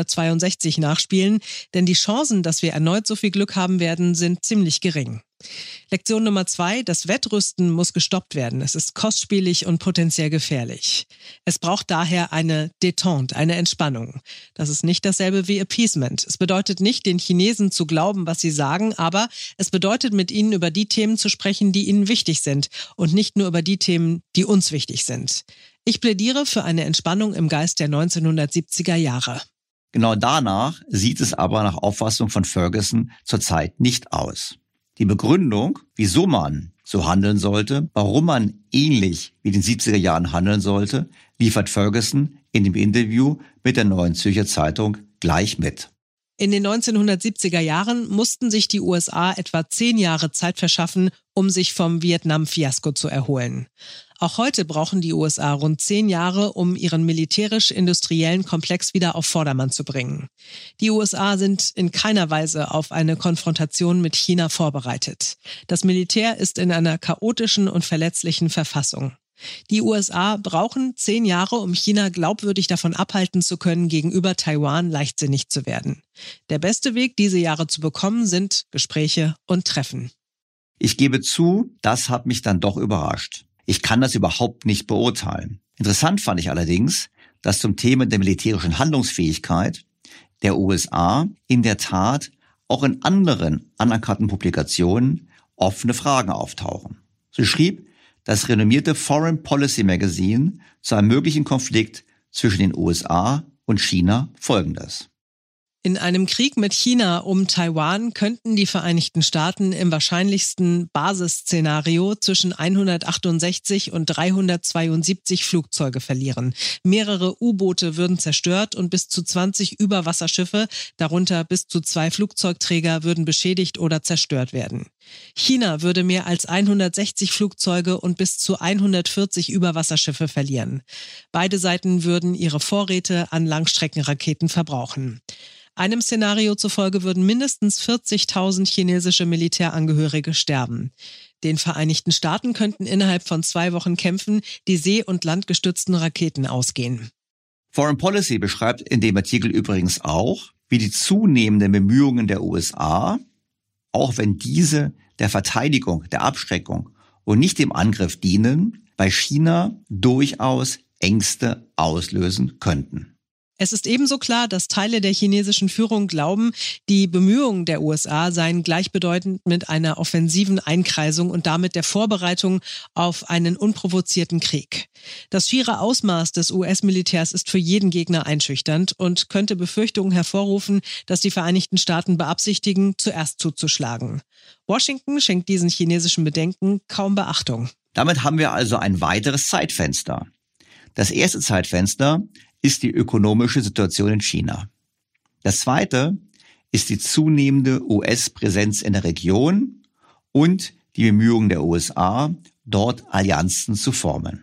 1962 nachspielen, denn die Chancen, dass wir erneut so viel Glück haben werden, sind ziemlich gering. Lektion Nummer 2, das Wettrüsten muss gestoppt werden. Es ist kostspielig und potenziell gefährlich. Es braucht daher eine Détente, eine Entspannung. Das ist nicht dasselbe wie Appeasement. Es bedeutet nicht, den Chinesen zu glauben, was sie sagen, aber es bedeutet, mit ihnen über die Themen zu sprechen, die ihnen wichtig sind und nicht nur über die Themen, die uns wichtig sind. Ich plädiere für eine Entspannung im Geist der 1970er Jahre.
Genau danach sieht es aber nach Auffassung von Ferguson zurzeit nicht aus. Die Begründung, wieso man so handeln sollte, warum man ähnlich wie in den 70er Jahren handeln sollte, liefert Ferguson in dem Interview mit der Neuen Zürcher Zeitung gleich mit.
In den 1970er Jahren mussten sich die USA etwa 10 Jahre Zeit verschaffen, um sich vom Vietnam-Fiasko zu erholen. Auch heute brauchen die USA rund 10 Jahre, um ihren militärisch-industriellen Komplex wieder auf Vordermann zu bringen. Die USA sind in keiner Weise auf eine Konfrontation mit China vorbereitet. Das Militär ist in einer chaotischen und verletzlichen Verfassung. Die USA brauchen 10 Jahre, um China glaubwürdig davon abhalten zu können, gegenüber Taiwan leichtsinnig zu werden. Der beste Weg, diese Jahre zu bekommen, sind Gespräche und Treffen.
Ich gebe zu, das hat mich dann doch überrascht. Ich kann das überhaupt nicht beurteilen. Interessant fand ich allerdings, dass zum Thema der militärischen Handlungsfähigkeit der USA in der Tat auch in anderen anerkannten Publikationen offene Fragen auftauchen. So schrieb das renommierte Foreign Policy Magazine zu einem möglichen Konflikt zwischen den USA und China Folgendes.
In einem Krieg mit China um Taiwan könnten die Vereinigten Staaten im wahrscheinlichsten Basisszenario zwischen 168 und 372 Flugzeuge verlieren. Mehrere U-Boote würden zerstört und bis zu 20 Überwasserschiffe, darunter bis zu 2 Flugzeugträger, würden beschädigt oder zerstört werden. China würde mehr als 160 Flugzeuge und bis zu 140 Überwasserschiffe verlieren. Beide Seiten würden ihre Vorräte an Langstreckenraketen verbrauchen. Einem Szenario zufolge würden mindestens 40.000 chinesische Militärangehörige sterben. Den Vereinigten Staaten könnten innerhalb von 2 Wochen Kämpfen die see- und landgestützten Raketen ausgehen.
Foreign Policy beschreibt in dem Artikel übrigens auch, wie die zunehmenden Bemühungen der USA, auch wenn diese der Verteidigung, der Abschreckung und nicht dem Angriff dienen, bei China durchaus Ängste auslösen könnten.
Es ist ebenso klar, dass Teile der chinesischen Führung glauben, die Bemühungen der USA seien gleichbedeutend mit einer offensiven Einkreisung und damit der Vorbereitung auf einen unprovozierten Krieg. Das schiere Ausmaß des US-Militärs ist für jeden Gegner einschüchternd und könnte Befürchtungen hervorrufen, dass die Vereinigten Staaten beabsichtigen, zuerst zuzuschlagen. Washington schenkt diesen chinesischen Bedenken kaum Beachtung.
Damit haben wir also ein weiteres Zeitfenster. Das erste Zeitfenster ist die ökonomische Situation in China. Das zweite ist die zunehmende US-Präsenz in der Region und die Bemühungen der USA, dort Allianzen zu formen.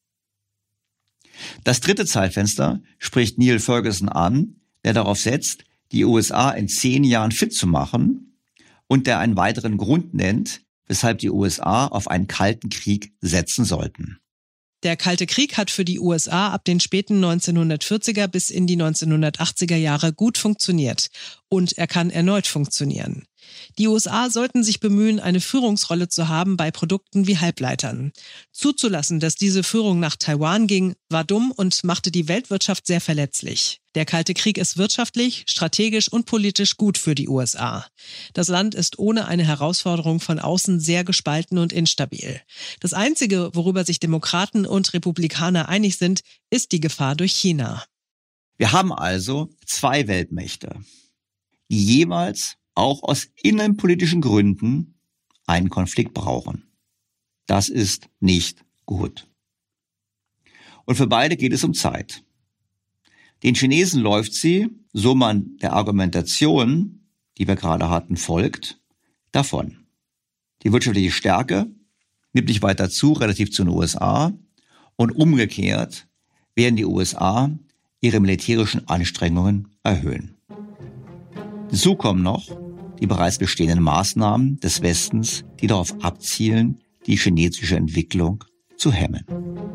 Das dritte Zeitfenster spricht Neil Ferguson an, der darauf setzt, die USA in 10 Jahren fit zu machen und der einen weiteren Grund nennt, weshalb die USA auf einen kalten Krieg setzen sollten.
Der Kalte Krieg hat für die USA ab den späten 1940er bis in die 1980er Jahre gut funktioniert. Und er kann erneut funktionieren. Die USA sollten sich bemühen, eine Führungsrolle zu haben bei Produkten wie Halbleitern. Zuzulassen, dass diese Führung nach Taiwan ging, war dumm und machte die Weltwirtschaft sehr verletzlich. Der Kalte Krieg ist wirtschaftlich, strategisch und politisch gut für die USA. Das Land ist ohne eine Herausforderung von außen sehr gespalten und instabil. Das Einzige, worüber sich Demokraten und Republikaner einig sind, ist die Gefahr durch China.
Wir haben also 2 Weltmächte, die jeweils auch aus innenpolitischen Gründen einen Konflikt brauchen. Das ist nicht gut. Und für beide geht es um Zeit. Den Chinesen läuft sie, so man der Argumentation, die wir gerade hatten, folgt, davon. Die wirtschaftliche Stärke nimmt nicht weiter zu, relativ zu den USA, und umgekehrt werden die USA ihre militärischen Anstrengungen erhöhen. Hinzu kommen noch die bereits bestehenden Maßnahmen des Westens, die darauf abzielen, die chinesische Entwicklung zu hemmen.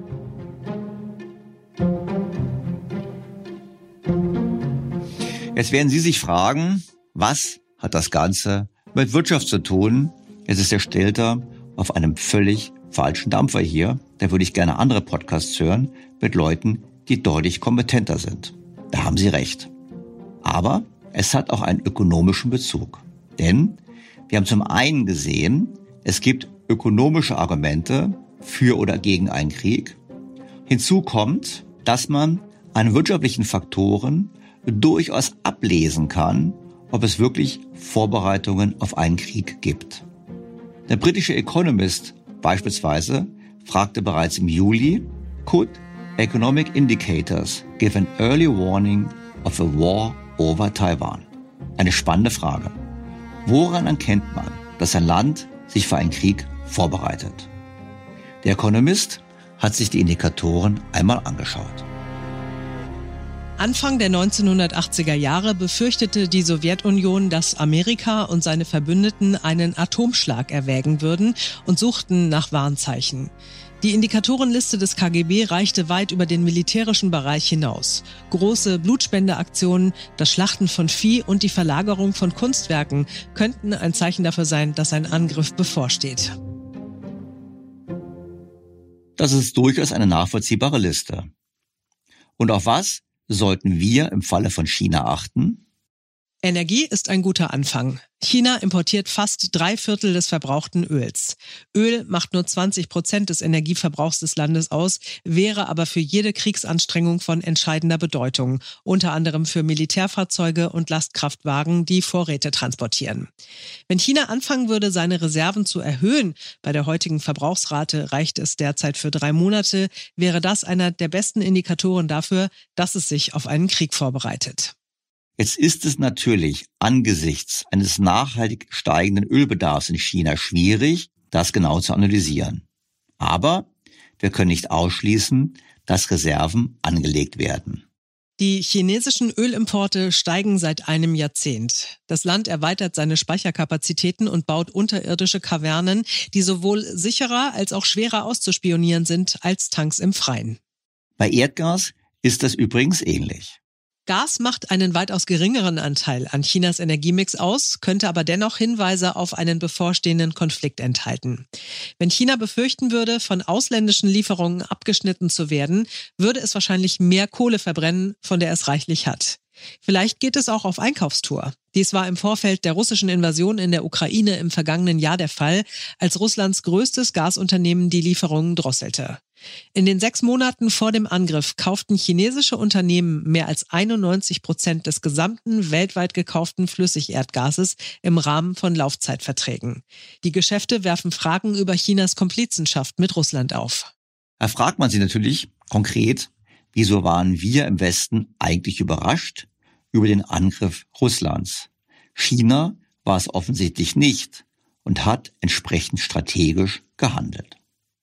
Jetzt werden Sie sich fragen, was hat das Ganze mit Wirtschaft zu tun? Jetzt ist der Stelter auf einem völlig falschen Dampfer hier. Da würde ich gerne andere Podcasts hören mit Leuten, die deutlich kompetenter sind. Da haben Sie recht. Aber es hat auch einen ökonomischen Bezug. Denn wir haben zum einen gesehen, es gibt ökonomische Argumente für oder gegen einen Krieg. Hinzu kommt, dass man an wirtschaftlichen Faktoren durchaus ablesen kann, ob es wirklich Vorbereitungen auf einen Krieg gibt. Der britische Economist beispielsweise fragte bereits im Juli, could economic indicators give an early warning of a war over Taiwan? Eine spannende Frage. Woran erkennt man, dass ein Land sich für einen Krieg vorbereitet? Der Economist hat sich die Indikatoren einmal angeschaut.
Anfang der 1980er Jahre befürchtete die Sowjetunion, dass Amerika und seine Verbündeten einen Atomschlag erwägen würden und suchten nach Warnzeichen. Die Indikatorenliste des KGB reichte weit über den militärischen Bereich hinaus. Große Blutspendeaktionen, das Schlachten von Vieh und die Verlagerung von Kunstwerken könnten ein Zeichen dafür sein, dass ein Angriff bevorsteht.
Das ist durchaus eine nachvollziehbare Liste. Und auf was sollten wir im Falle von China achten?
Energie ist ein guter Anfang. China importiert fast 3/4 des verbrauchten Öls. Öl macht nur 20% des Energieverbrauchs des Landes aus, wäre aber für jede Kriegsanstrengung von entscheidender Bedeutung, unter anderem für Militärfahrzeuge und Lastkraftwagen, die Vorräte transportieren. Wenn China anfangen würde, seine Reserven zu erhöhen, bei der heutigen Verbrauchsrate reicht es derzeit für 3 Monate, wäre das einer der besten Indikatoren dafür, dass es sich auf einen Krieg vorbereitet.
Jetzt ist es natürlich angesichts eines nachhaltig steigenden Ölbedarfs in China schwierig, das genau zu analysieren. Aber wir können nicht ausschließen, dass Reserven angelegt werden.
Die chinesischen Ölimporte steigen seit einem Jahrzehnt. Das Land erweitert seine Speicherkapazitäten und baut unterirdische Kavernen, die sowohl sicherer als auch schwerer auszuspionieren sind als Tanks im Freien.
Bei Erdgas ist das übrigens ähnlich.
Gas macht einen weitaus geringeren Anteil an Chinas Energiemix aus, könnte aber dennoch Hinweise auf einen bevorstehenden Konflikt enthalten. Wenn China befürchten würde, von ausländischen Lieferungen abgeschnitten zu werden, würde es wahrscheinlich mehr Kohle verbrennen, von der es reichlich hat. Vielleicht geht es auch auf Einkaufstour. Dies war im Vorfeld der russischen Invasion in der Ukraine im vergangenen Jahr der Fall, als Russlands größtes Gasunternehmen die Lieferungen drosselte. In den 6 Monaten vor dem Angriff kauften chinesische Unternehmen mehr als 91% des gesamten weltweit gekauften Flüssigerdgases im Rahmen von Laufzeitverträgen. Die Geschäfte werfen Fragen über Chinas Komplizenschaft mit Russland auf.
Da fragt man sich natürlich konkret, wieso waren wir im Westen eigentlich überrascht über den Angriff Russlands? China war es offensichtlich nicht und hat entsprechend strategisch gehandelt.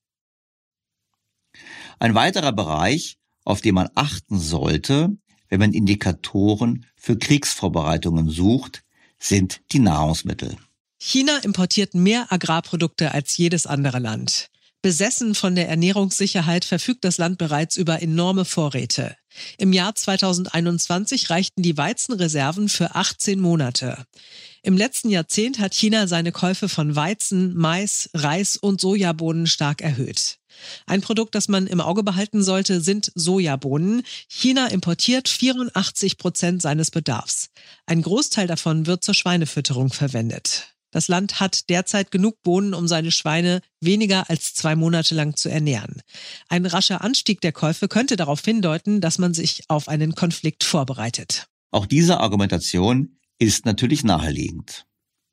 Ein weiterer Bereich, auf den man achten sollte, wenn man Indikatoren für Kriegsvorbereitungen sucht, sind die Nahrungsmittel.
China importiert mehr Agrarprodukte als jedes andere Land. Besessen von der Ernährungssicherheit verfügt das Land bereits über enorme Vorräte. Im Jahr 2021 reichten die Weizenreserven für 18 Monate. Im letzten Jahrzehnt hat China seine Käufe von Weizen, Mais, Reis und Sojabohnen stark erhöht. Ein Produkt, das man im Auge behalten sollte, sind Sojabohnen. China importiert 84% seines Bedarfs. Ein Großteil davon wird zur Schweinefütterung verwendet. Das Land hat derzeit genug Bohnen, um seine Schweine weniger als 2 Monate lang zu ernähren. Ein rascher Anstieg der Käufe könnte darauf hindeuten, dass man sich auf einen Konflikt vorbereitet.
Auch diese Argumentation ist natürlich naheliegend.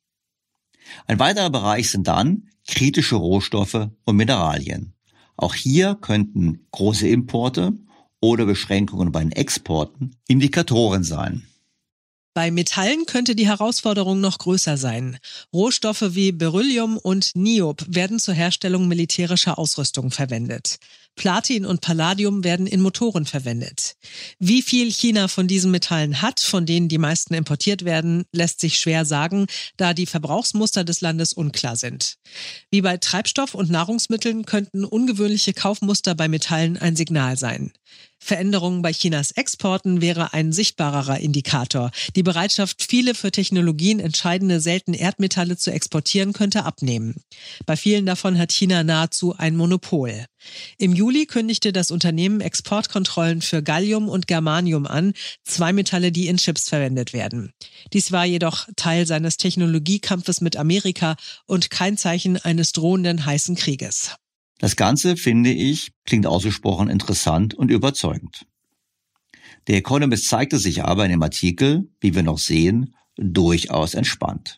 Ein weiterer Bereich sind dann kritische Rohstoffe und Mineralien. Auch hier könnten große Importe oder Beschränkungen bei den Exporten Indikatoren sein.
Bei Metallen könnte die Herausforderung noch größer sein. Rohstoffe wie Beryllium und Niob werden zur Herstellung militärischer Ausrüstung verwendet. Platin und Palladium werden in Motoren verwendet. Wie viel China von diesen Metallen hat, von denen die meisten importiert werden, lässt sich schwer sagen, da die Verbrauchsmuster des Landes unklar sind. Wie bei Treibstoff und Nahrungsmitteln könnten ungewöhnliche Kaufmuster bei Metallen ein Signal sein. Veränderungen bei Chinas Exporten wäre ein sichtbarerer Indikator. Die Bereitschaft, viele für Technologien entscheidende seltene Erdmetalle zu exportieren, könnte abnehmen. Bei vielen davon hat China nahezu ein Monopol. Im Juli kündigte das Unternehmen Exportkontrollen für Gallium und Germanium an, 2 Metalle, die in Chips verwendet werden. Dies war jedoch Teil seines Technologiekampfes mit Amerika und kein Zeichen eines drohenden heißen Krieges.
Das Ganze, finde ich, klingt ausgesprochen interessant und überzeugend. Der Economist zeigte sich aber in dem Artikel, wie wir noch sehen, durchaus entspannt.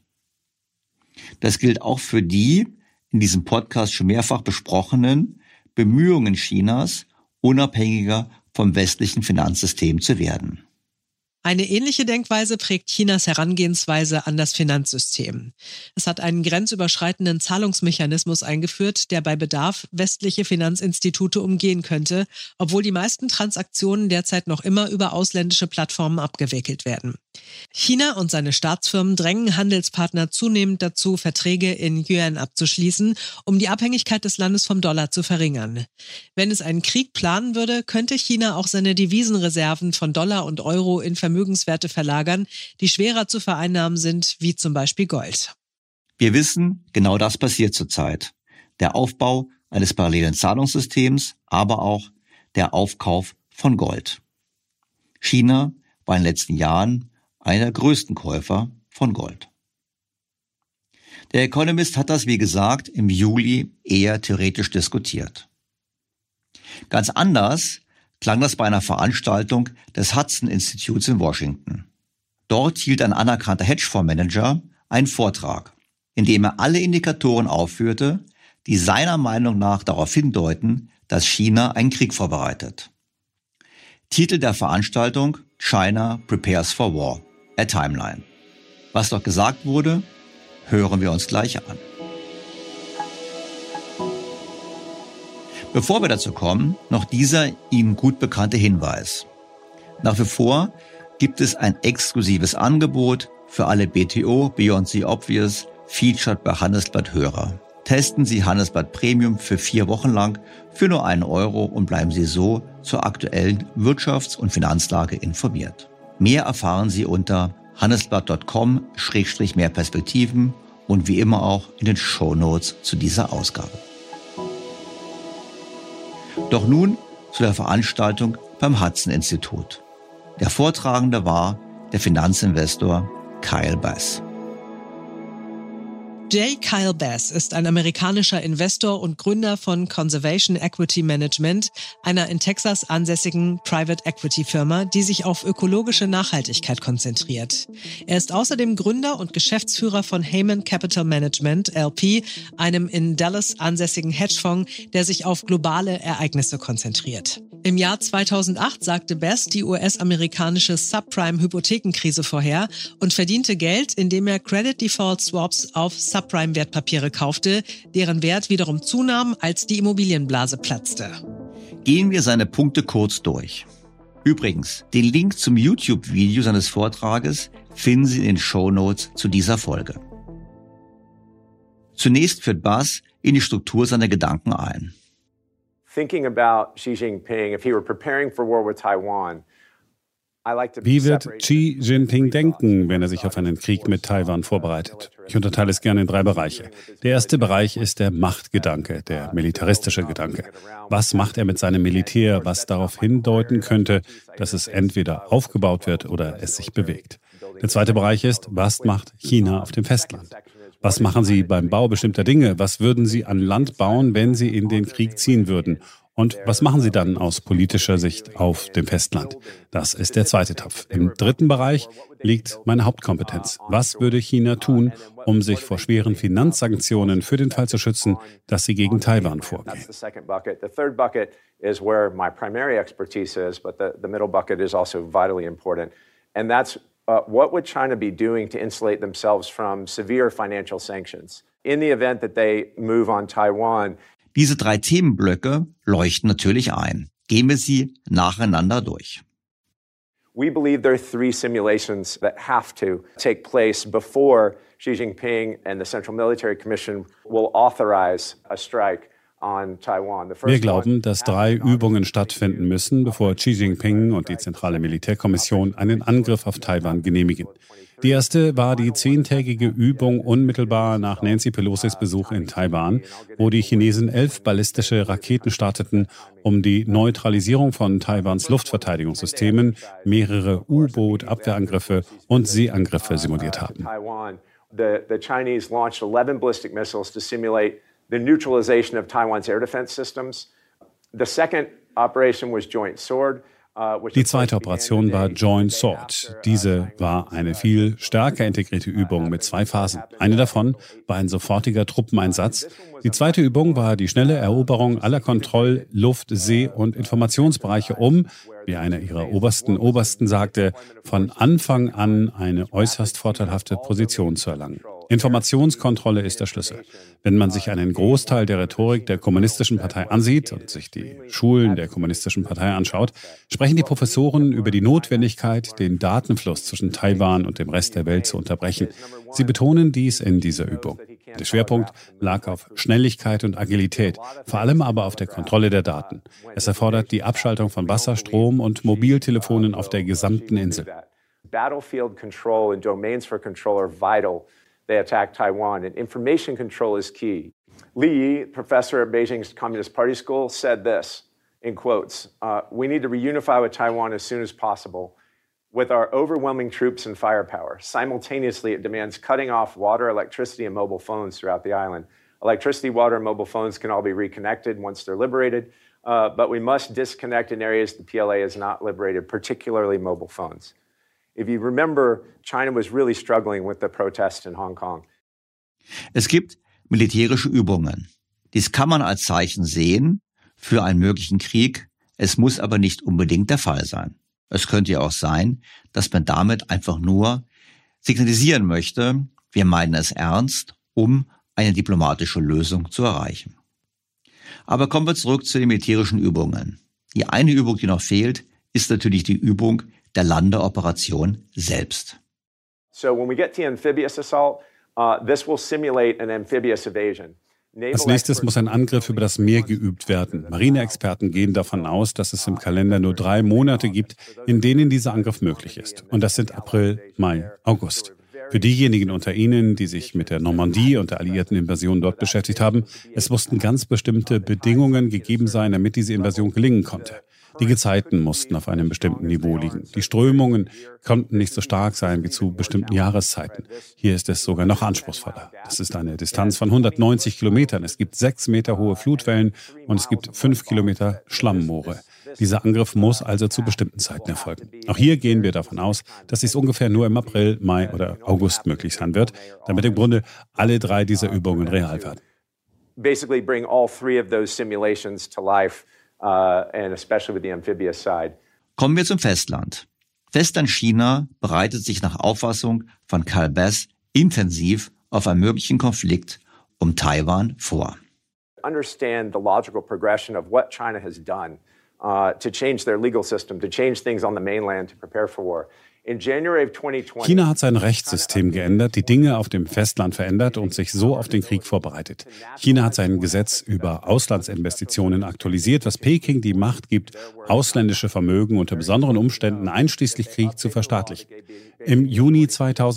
Das gilt auch für die in diesem Podcast schon mehrfach besprochenen Bemühungen Chinas, unabhängiger vom westlichen Finanzsystem zu werden.
Eine ähnliche Denkweise prägt Chinas Herangehensweise an das Finanzsystem. Es hat einen grenzüberschreitenden Zahlungsmechanismus eingeführt, der bei Bedarf westliche Finanzinstitute umgehen könnte, obwohl die meisten Transaktionen derzeit noch immer über ausländische Plattformen abgewickelt werden. China und seine Staatsfirmen drängen Handelspartner zunehmend dazu, Verträge in Yuan abzuschließen, um die Abhängigkeit des Landes vom Dollar zu verringern. Wenn es einen Krieg planen würde, könnte China auch seine Devisenreserven von Dollar und Euro in Vermögenswerte verlagern, die schwerer zu vereinnahmen sind, wie zum Beispiel Gold.
Wir wissen, genau das passiert zurzeit. Der Aufbau eines parallelen Zahlungssystems, aber auch der Aufkauf von Gold. China war in den letzten Jahren einer der größten Käufer von Gold. Der Economist hat das, wie gesagt, im Juli eher theoretisch diskutiert. Ganz anders klang das bei einer Veranstaltung des Hudson Instituts in Washington. Dort hielt ein anerkannter Hedgefondsmanager einen Vortrag, in dem er alle Indikatoren aufführte, die seiner Meinung nach darauf hindeuten, dass China einen Krieg vorbereitet. Titel der Veranstaltung: China Prepares for War, a Timeline. Was dort gesagt wurde, hören wir uns gleich an. Bevor wir dazu kommen, noch dieser Ihnen gut bekannte Hinweis. Nach wie vor gibt es ein exklusives Angebot für alle BTO Beyond the Obvious Featured bei Handelsblatt Hörer. Testen Sie Handelsblatt Premium für 4 Wochen lang für nur 1 Euro und bleiben Sie so zur aktuellen Wirtschafts- und Finanzlage informiert. Mehr erfahren Sie unter handelsblatt.com/mehr Perspektiven und wie immer auch in den Shownotes zu dieser Ausgabe. Doch nun zu der Veranstaltung beim Hudson-Institut. Der Vortragende war der Finanzinvestor Kyle Bass.
J. Kyle Bass ist ein amerikanischer Investor und Gründer von Conservation Equity Management, einer in Texas ansässigen Private Equity Firma, die sich auf ökologische Nachhaltigkeit konzentriert. Er ist außerdem Gründer und Geschäftsführer von Heyman Capital Management, LP, einem in Dallas ansässigen Hedgefonds, der sich auf globale Ereignisse konzentriert. Im Jahr 2008 sagte Bass die US-amerikanische Subprime-Hypothekenkrise vorher und verdiente Geld, indem er Credit Default Swaps auf Subprime-Wertpapiere kaufte, deren Wert wiederum zunahm, als die Immobilienblase platzte.
Gehen wir seine Punkte kurz durch. Übrigens, den Link zum YouTube-Video seines Vortrages finden Sie in den Shownotes zu dieser Folge. Zunächst führt Bass in die Struktur seiner Gedanken ein.
Thinking about Xi Jinping, if he were preparing for war with Taiwan,
wie wird Xi Jinping denken, wenn er sich auf einen Krieg mit Taiwan vorbereitet? Ich unterteile es gerne in 3 Bereiche. Der erste Bereich ist der Machtgedanke, der militaristische Gedanke. Was macht er mit seinem Militär, was darauf hindeuten könnte, dass es entweder aufgebaut wird oder es sich bewegt? Der zweite Bereich ist, was macht China auf dem Festland? Was machen sie beim Bau bestimmter Dinge? Was würden sie an Land bauen, wenn sie in den Krieg ziehen würden? Und was machen sie dann aus politischer Sicht auf dem Festland? Das ist der zweite Topf. Im dritten Bereich liegt meine Hauptkompetenz. Was würde China tun, um sich vor schweren Finanzsanktionen für den Fall zu schützen, dass sie gegen Taiwan vorgehen?
What would China be doing to insulate themselves from severe financial sanctions in the event that they move on Taiwan?
Diese 3 Themenblöcke leuchten natürlich ein. Gehen wir sie nacheinander durch.
We believe there are 3 simulations that have to take place before Xi Jinping and the Central Military Commission will authorize a strike on Taiwan.
Wir glauben, dass 3 Übungen stattfinden müssen, bevor Xi Jinping und die Zentrale Militärkommission einen Angriff auf Taiwan genehmigen. Die erste war die 10-tägige Übung unmittelbar nach Nancy Pelosis Besuch in Taiwan, wo die Chinesen 11 ballistische Raketen starteten, um die Neutralisierung von Taiwans Luftverteidigungssystemen, mehrere U-Boot-Abwehrangriffe und Seeangriffe simuliert haben.
The Chinese launched 11 ballistic missiles to simulate the neutralization of Taiwan's air defense systems. The second operation was Joint Sword.
Die zweite Operation war Joint Sword. Diese war eine viel stärker integrierte Übung mit 2 Phasen. Eine davon war ein sofortiger Truppeneinsatz. Die zweite Übung war die schnelle Eroberung aller Kontroll-, Luft-, See- und Informationsbereiche, um, wie einer ihrer Obersten sagte, von Anfang an eine äußerst vorteilhafte Position zu erlangen. Informationskontrolle ist der Schlüssel. Wenn man sich einen Großteil der Rhetorik der Kommunistischen Partei ansieht und sich die Schulen der Kommunistischen Partei anschaut, sprechen die Professoren über die Notwendigkeit, den Datenfluss zwischen Taiwan und dem Rest der Welt zu unterbrechen. Sie betonen dies in dieser Übung. Der Schwerpunkt lag auf Schnelligkeit und Agilität, vor allem aber auf der Kontrolle der Daten. Es erfordert die Abschaltung von Wasser, Strom und Mobiltelefonen auf der gesamten Insel.
Battlefield control and domains for control are vital. They attack Taiwan, and information control is key. Li Yi, professor at Beijing's Communist Party School, said this, in quotes, we need to reunify with Taiwan as soon as possible. With our overwhelming troops and firepower, simultaneously it demands cutting off water, electricity, and mobile phones throughout the island. Electricity, water, and mobile phones can all be reconnected once they're liberated, but we must disconnect in areas the PLA is not liberated, particularly mobile phones. If you remember, China was really struggling with the protests in Hong Kong.
Es gibt militärische Übungen. Dies kann man als Zeichen sehen für einen möglichen Krieg. Es muss aber nicht unbedingt der Fall sein. Es könnte ja auch sein, dass man damit einfach nur signalisieren möchte, wir meinen es ernst, um eine diplomatische Lösung zu erreichen. Aber kommen wir zurück zu den militärischen Übungen. Die eine Übung, die noch fehlt, ist natürlich die Übung der Landeoperation selbst.
So when we get to amphibious assault, this will simulate an amphibious evasion.
Als nächstes muss ein Angriff über das Meer geübt werden. Marineexperten gehen davon aus, dass es im Kalender nur 3 Monate gibt, in denen dieser Angriff möglich ist. Und das sind April, Mai, August. Für diejenigen unter Ihnen, die sich mit der Normandie und der alliierten Invasion dort beschäftigt haben, es mussten ganz bestimmte Bedingungen gegeben sein, damit diese Invasion gelingen konnte. Die Gezeiten mussten auf einem bestimmten Niveau liegen. Die Strömungen konnten nicht so stark sein wie zu bestimmten Jahreszeiten. Hier ist es sogar noch anspruchsvoller. Das ist eine Distanz von 190 Kilometern. Es gibt 6 Meter hohe Flutwellen und es gibt 5 Kilometer Schlammmoore. Dieser Angriff muss also zu bestimmten Zeiten erfolgen. Auch hier gehen wir davon aus, dass dies ungefähr nur im April, Mai oder August möglich sein wird, damit im Grunde alle 3 dieser Übungen real werden.
Basically bring all 3 of those simulations to life. And especially with the amphibious side.
Kommen wir zum Festland. Festland China bereitet sich nach Auffassung von Karl Bass intensiv auf einen möglichen Konflikt um Taiwan vor.
Understand the logical progression of what China has done to change their legal system, to change things on the mainland, to prepare for war.
China hat sein Rechtssystem geändert, die Dinge auf dem Festland verändert und sich so auf den Krieg vorbereitet. China hat sein Gesetz über Auslandsinvestitionen aktualisiert, was Peking die Macht gibt, ausländische Vermögen unter besonderen Umständen einschließlich Krieg zu verstaatlichen. Im Juni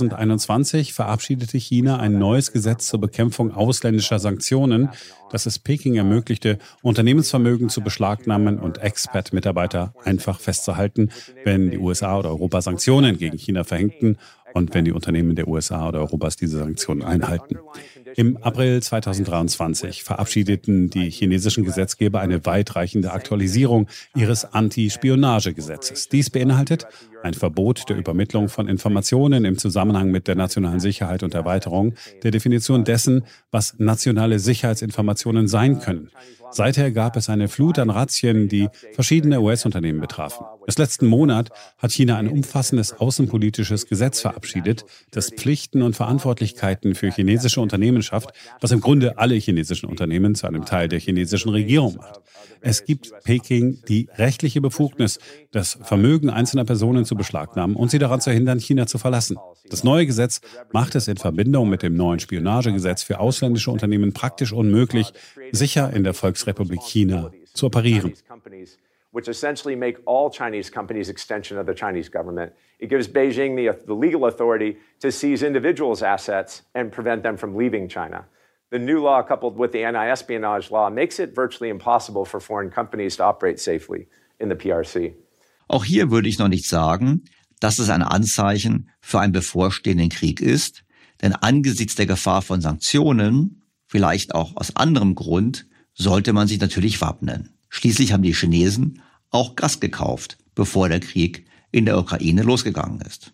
2021 verabschiedete China ein neues Gesetz zur Bekämpfung ausländischer Sanktionen, das es Peking ermöglichte, Unternehmensvermögen zu beschlagnahmen und Expat-Mitarbeiter einfach festzuhalten, wenn die USA oder Europa Sanktionen gegen China verhängten und wenn die Unternehmen der USA oder Europas diese Sanktionen einhalten. Im April 2023 verabschiedeten die chinesischen Gesetzgeber eine weitreichende Aktualisierung ihres Anti-Spionage-Gesetzes. Dies beinhaltet ein Verbot der Übermittlung von Informationen im Zusammenhang mit der nationalen Sicherheit und Erweiterung der Definition dessen, was nationale Sicherheitsinformationen sein können. Seither gab es eine Flut an Razzien, die verschiedene US-Unternehmen betrafen. Erst letzten Monat hat China ein umfassendes außenpolitisches Gesetz verabschiedet, das Pflichten und Verantwortlichkeiten für chinesische Unternehmen schafft, was im Grunde alle chinesischen Unternehmen zu einem Teil der chinesischen Regierung macht. Es gibt Peking die rechtliche Befugnis, das Vermögen einzelner Personen zu beschlagnahmen und sie daran zu hindern, China zu verlassen. Das neue Gesetz macht es in Verbindung mit dem neuen Spionagegesetz für ausländische Unternehmen praktisch unmöglich, sicher in der Volksrepublik China zu operieren.
Which essentially make all Chinese companies extension of the Chinese government. It gives Beijing the legal authority to seize individuals' assets and prevent them from leaving China. The new law, coupled with the anti-espionage law, makes it virtually impossible for foreign companies to operate safely in the PRC.
Auch hier würde ich noch nicht sagen, dass es ein Anzeichen für einen bevorstehenden Krieg ist, denn angesichts der Gefahr von Sanktionen, vielleicht auch aus anderem Grund, sollte man sich natürlich wappnen. Schließlich haben die Chinesen auch Gas gekauft, bevor der Krieg in der Ukraine losgegangen ist.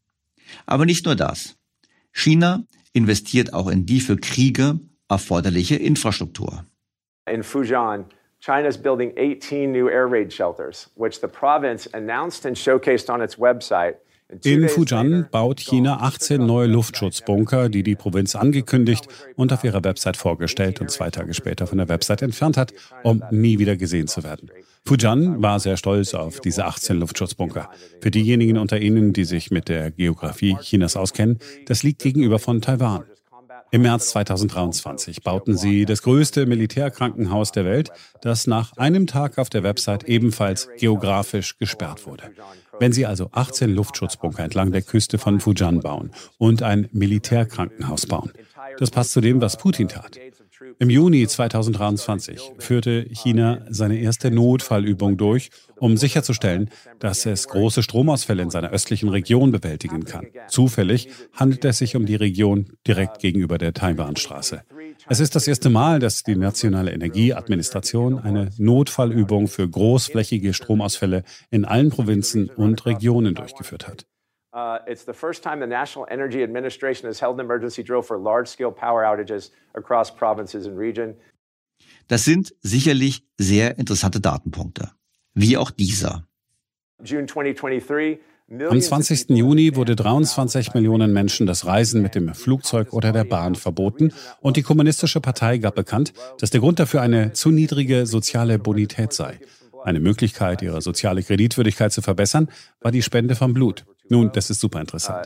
Aber nicht nur das. China investiert auch in die für Kriege erforderliche Infrastruktur.
In Fujian, China is building 18 new air raid shelters, which the province announced and showcased on its website.
In Fujian baut China 18 neue Luftschutzbunker, die die Provinz angekündigt und auf ihrer Website vorgestellt und 2 Tage später von der Website entfernt hat, um nie wieder gesehen zu werden. Fujian war sehr stolz auf diese 18 Luftschutzbunker. Für diejenigen unter Ihnen, die sich mit der Geografie Chinas auskennen, das liegt gegenüber von Taiwan. Im März 2023 bauten sie das größte Militärkrankenhaus der Welt, das nach einem Tag auf der Website ebenfalls geografisch gesperrt wurde. Wenn Sie also 18 Luftschutzbunker entlang der Küste von Fujian bauen und ein Militärkrankenhaus bauen, das passt zu dem, was Putin tat. Im Juni 2023 führte China seine erste Notfallübung durch, um sicherzustellen, dass es große Stromausfälle in seiner östlichen Region bewältigen kann. Zufällig handelt es sich um die Region direkt gegenüber der Taiwanstraße. Es ist das erste Mal, dass die Nationale Energieadministration eine Notfallübung für großflächige Stromausfälle in allen Provinzen und Regionen durchgeführt hat.
It's the first time the National Energy Administration has held an emergency drill for large-scale power outages across provinces and region.
Das sind sicherlich sehr interessante Datenpunkte, wie auch dieser.
June 2023.
Am 20. Juni wurde 23 Millionen Menschen das Reisen mit dem Flugzeug oder der Bahn verboten und die Kommunistische Partei gab bekannt, dass der Grund dafür eine zu niedrige soziale Bonität sei. Eine Möglichkeit, ihre soziale Kreditwürdigkeit zu verbessern, war die Spende von Blut. Nun, das ist super interessant.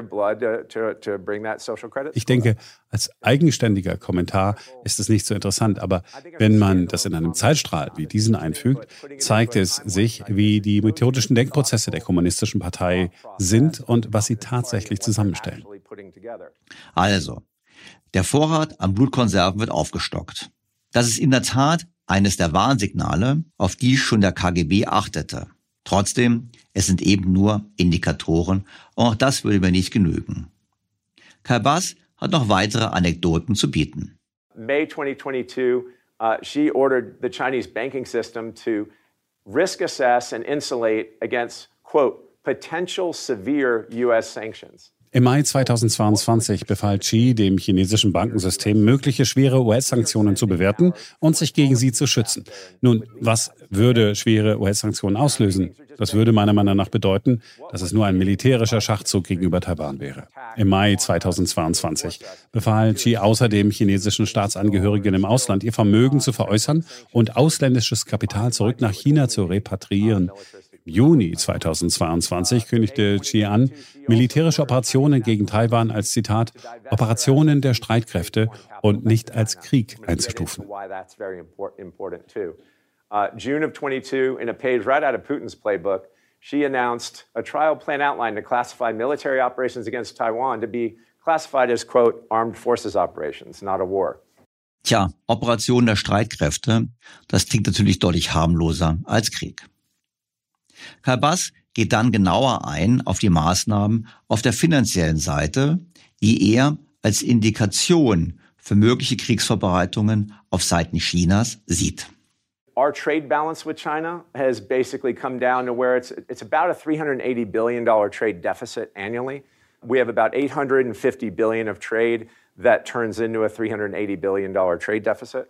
Ich denke, als eigenständiger Kommentar ist es nicht so interessant, aber wenn man das in einem Zeitstrahl wie diesen einfügt, zeigt es sich, wie die methodischen Denkprozesse der Kommunistischen Partei sind und was sie tatsächlich zusammenstellen.
Also, der Vorrat an Blutkonserven wird aufgestockt. Das ist in der Tat eines der Warnsignale, auf die schon der KGB achtete. Trotzdem, es sind eben nur Indikatoren und auch das würde mir nicht genügen. Kai Bass hat noch weitere Anekdoten zu bieten.
May 2022, she ordered the Chinese banking system to risk assess and insulate against, quote, potential severe US sanctions.
Im Mai 2022 befahl Xi dem chinesischen Bankensystem, mögliche schwere US-Sanktionen zu bewerten und sich gegen sie zu schützen. Nun, was würde schwere US-Sanktionen auslösen? Das würde meiner Meinung nach bedeuten, dass es nur ein militärischer Schachzug gegenüber Taiwan wäre. Im Mai 2022 befahl Xi außerdem chinesischen Staatsangehörigen im Ausland, ihr Vermögen zu veräußern und ausländisches Kapital zurück nach China zu repatriieren. Im Juni 2022 kündigte Xi an, militärische Operationen gegen Taiwan als, Zitat, Operationen der Streitkräfte und nicht als Krieg einzustufen.
June of 22, in a page right out of Putin's playbook, Xi announced a trial plan outline to classify military operations against Taiwan to be classified as, quote, armed forces operations, not a war.
Tja, Operation der Streitkräfte, das klingt natürlich deutlich harmloser als Krieg. Kai Bass geht dann genauer ein auf die Maßnahmen auf der finanziellen Seite, die er als Indikation für mögliche Kriegsvorbereitungen auf Seiten Chinas sieht.
Our trade balance with China has basically come down to where it's about a $380 billion trade deficit annually. We have about $850 billion of trade that turns into a $380 billion trade deficit.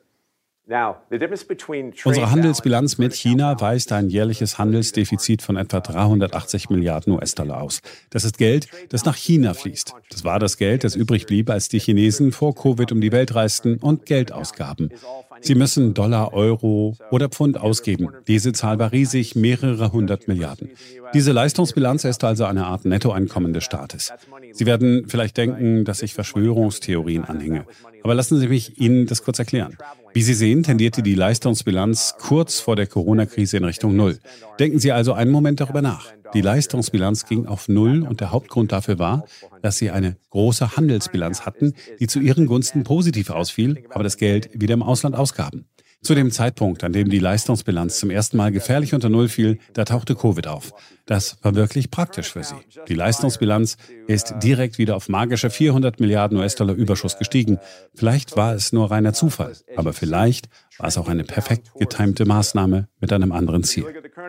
Unsere Handelsbilanz mit China weist ein jährliches Handelsdefizit von etwa 380 Milliarden US-Dollar aus. Das ist Geld, das nach China fließt. Das war das Geld, das übrig blieb, als die Chinesen vor Covid um die Welt reisten und Geld ausgaben. Sie müssen Dollar, Euro oder Pfund ausgeben. Diese Zahl war riesig, mehrere hundert Milliarden. Diese Leistungsbilanz ist also eine Art Nettoeinkommen des Staates. Sie werden vielleicht denken, dass ich Verschwörungstheorien anhänge. Aber lassen Sie mich Ihnen das kurz erklären. Wie Sie sehen, tendierte die Leistungsbilanz kurz vor der Corona-Krise in Richtung Null. Denken Sie also einen Moment darüber nach. Die Leistungsbilanz ging auf Null und der Hauptgrund dafür war, dass Sie eine große Handelsbilanz hatten, die zu Ihren Gunsten positiv ausfiel, aber das Geld wieder im Ausland ausgaben. Zu dem Zeitpunkt, an dem die Leistungsbilanz zum ersten Mal gefährlich unter Null fiel, da tauchte Covid auf. Das war wirklich praktisch für Sie. Die Leistungsbilanz ist direkt wieder auf magische 400 Milliarden US-Dollar Überschuss gestiegen. Vielleicht war es nur reiner Zufall, aber vielleicht war es auch eine perfekt getimte Maßnahme mit einem anderen Ziel.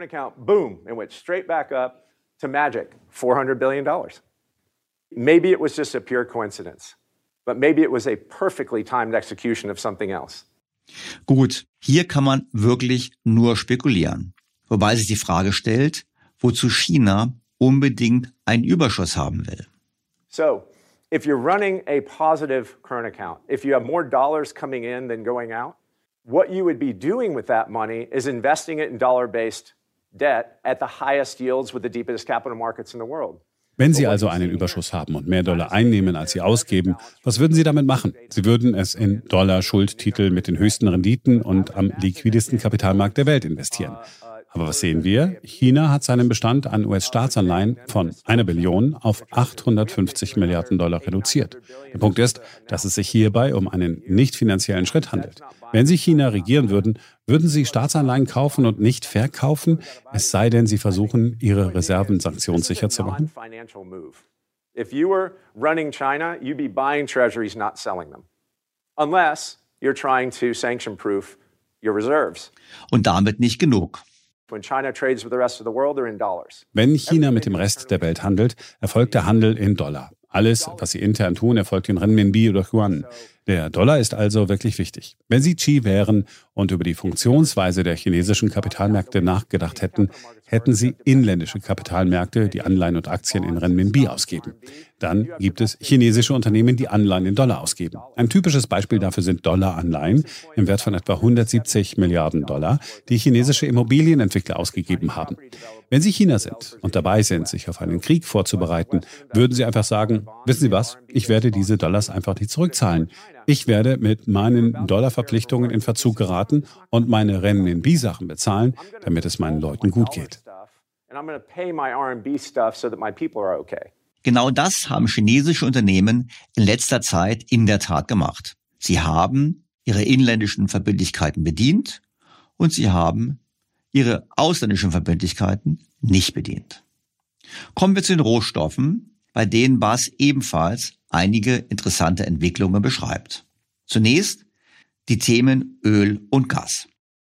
Maybe it was just a pure coincidence, but maybe it was a perfectly timed execution of something else.
Gut, hier kann man wirklich nur spekulieren. Wobei sich die Frage stellt, wozu China unbedingt einen Überschuss haben will.
So, if you're running a positive current account, if you have more dollars coming in than going out, what you would be doing with that money is investing it in dollar-based debt at the highest yields with the deepest capital markets in the world.
Wenn Sie also einen Überschuss haben und mehr Dollar einnehmen, als Sie ausgeben, was würden Sie damit machen? Sie würden es in Dollar-Schuldtitel mit den höchsten Renditen und am liquidesten Kapitalmarkt der Welt investieren. Aber was sehen wir? China hat seinen Bestand an US-Staatsanleihen von 1 Billion auf 850 Milliarden Dollar reduziert. Der Punkt ist, dass es sich hierbei um einen nicht finanziellen Schritt handelt. Wenn Sie China regieren würden, würden Sie Staatsanleihen kaufen und nicht verkaufen, es sei denn, Sie versuchen, Ihre Reserven sanktionssicher zu machen?
If you were running China, you'd be buying treasuries, not selling them. Unless you're trying to sanction-proof your reserves.
Und damit nicht genug.
When China trades with the rest of the world, they're in dollars.
Wenn China mit dem Rest der Welt handelt, erfolgt der Handel in Dollar. Alles, was sie intern tun, erfolgt in Renminbi oder Yuan. Der Dollar ist also wirklich wichtig. Wenn Sie Xi wären und über die Funktionsweise der chinesischen Kapitalmärkte nachgedacht hätten, hätten Sie inländische Kapitalmärkte, die Anleihen und Aktien in Renminbi ausgeben. Dann gibt es chinesische Unternehmen, die Anleihen in Dollar ausgeben. Ein typisches Beispiel dafür sind Dollaranleihen im Wert von etwa 170 Milliarden Dollar, die chinesische Immobilienentwickler ausgegeben haben. Wenn Sie China sind und dabei sind, sich auf einen Krieg vorzubereiten, würden Sie einfach sagen, wissen Sie was, ich werde diese Dollars einfach nicht zurückzahlen. Ich werde mit meinen Dollarverpflichtungen in Verzug geraten und meine Renminbi-Sachen bezahlen, damit es meinen Leuten gut geht.
Genau das haben chinesische Unternehmen in letzter Zeit in der Tat gemacht. Sie haben ihre inländischen Verbindlichkeiten bedient und sie haben ihre ausländischen Verbindlichkeiten nicht bedient. Kommen wir zu den Rohstoffen, bei denen BAS ebenfalls einige interessante Entwicklungen beschreibt. Zunächst die Themen Öl und Gas.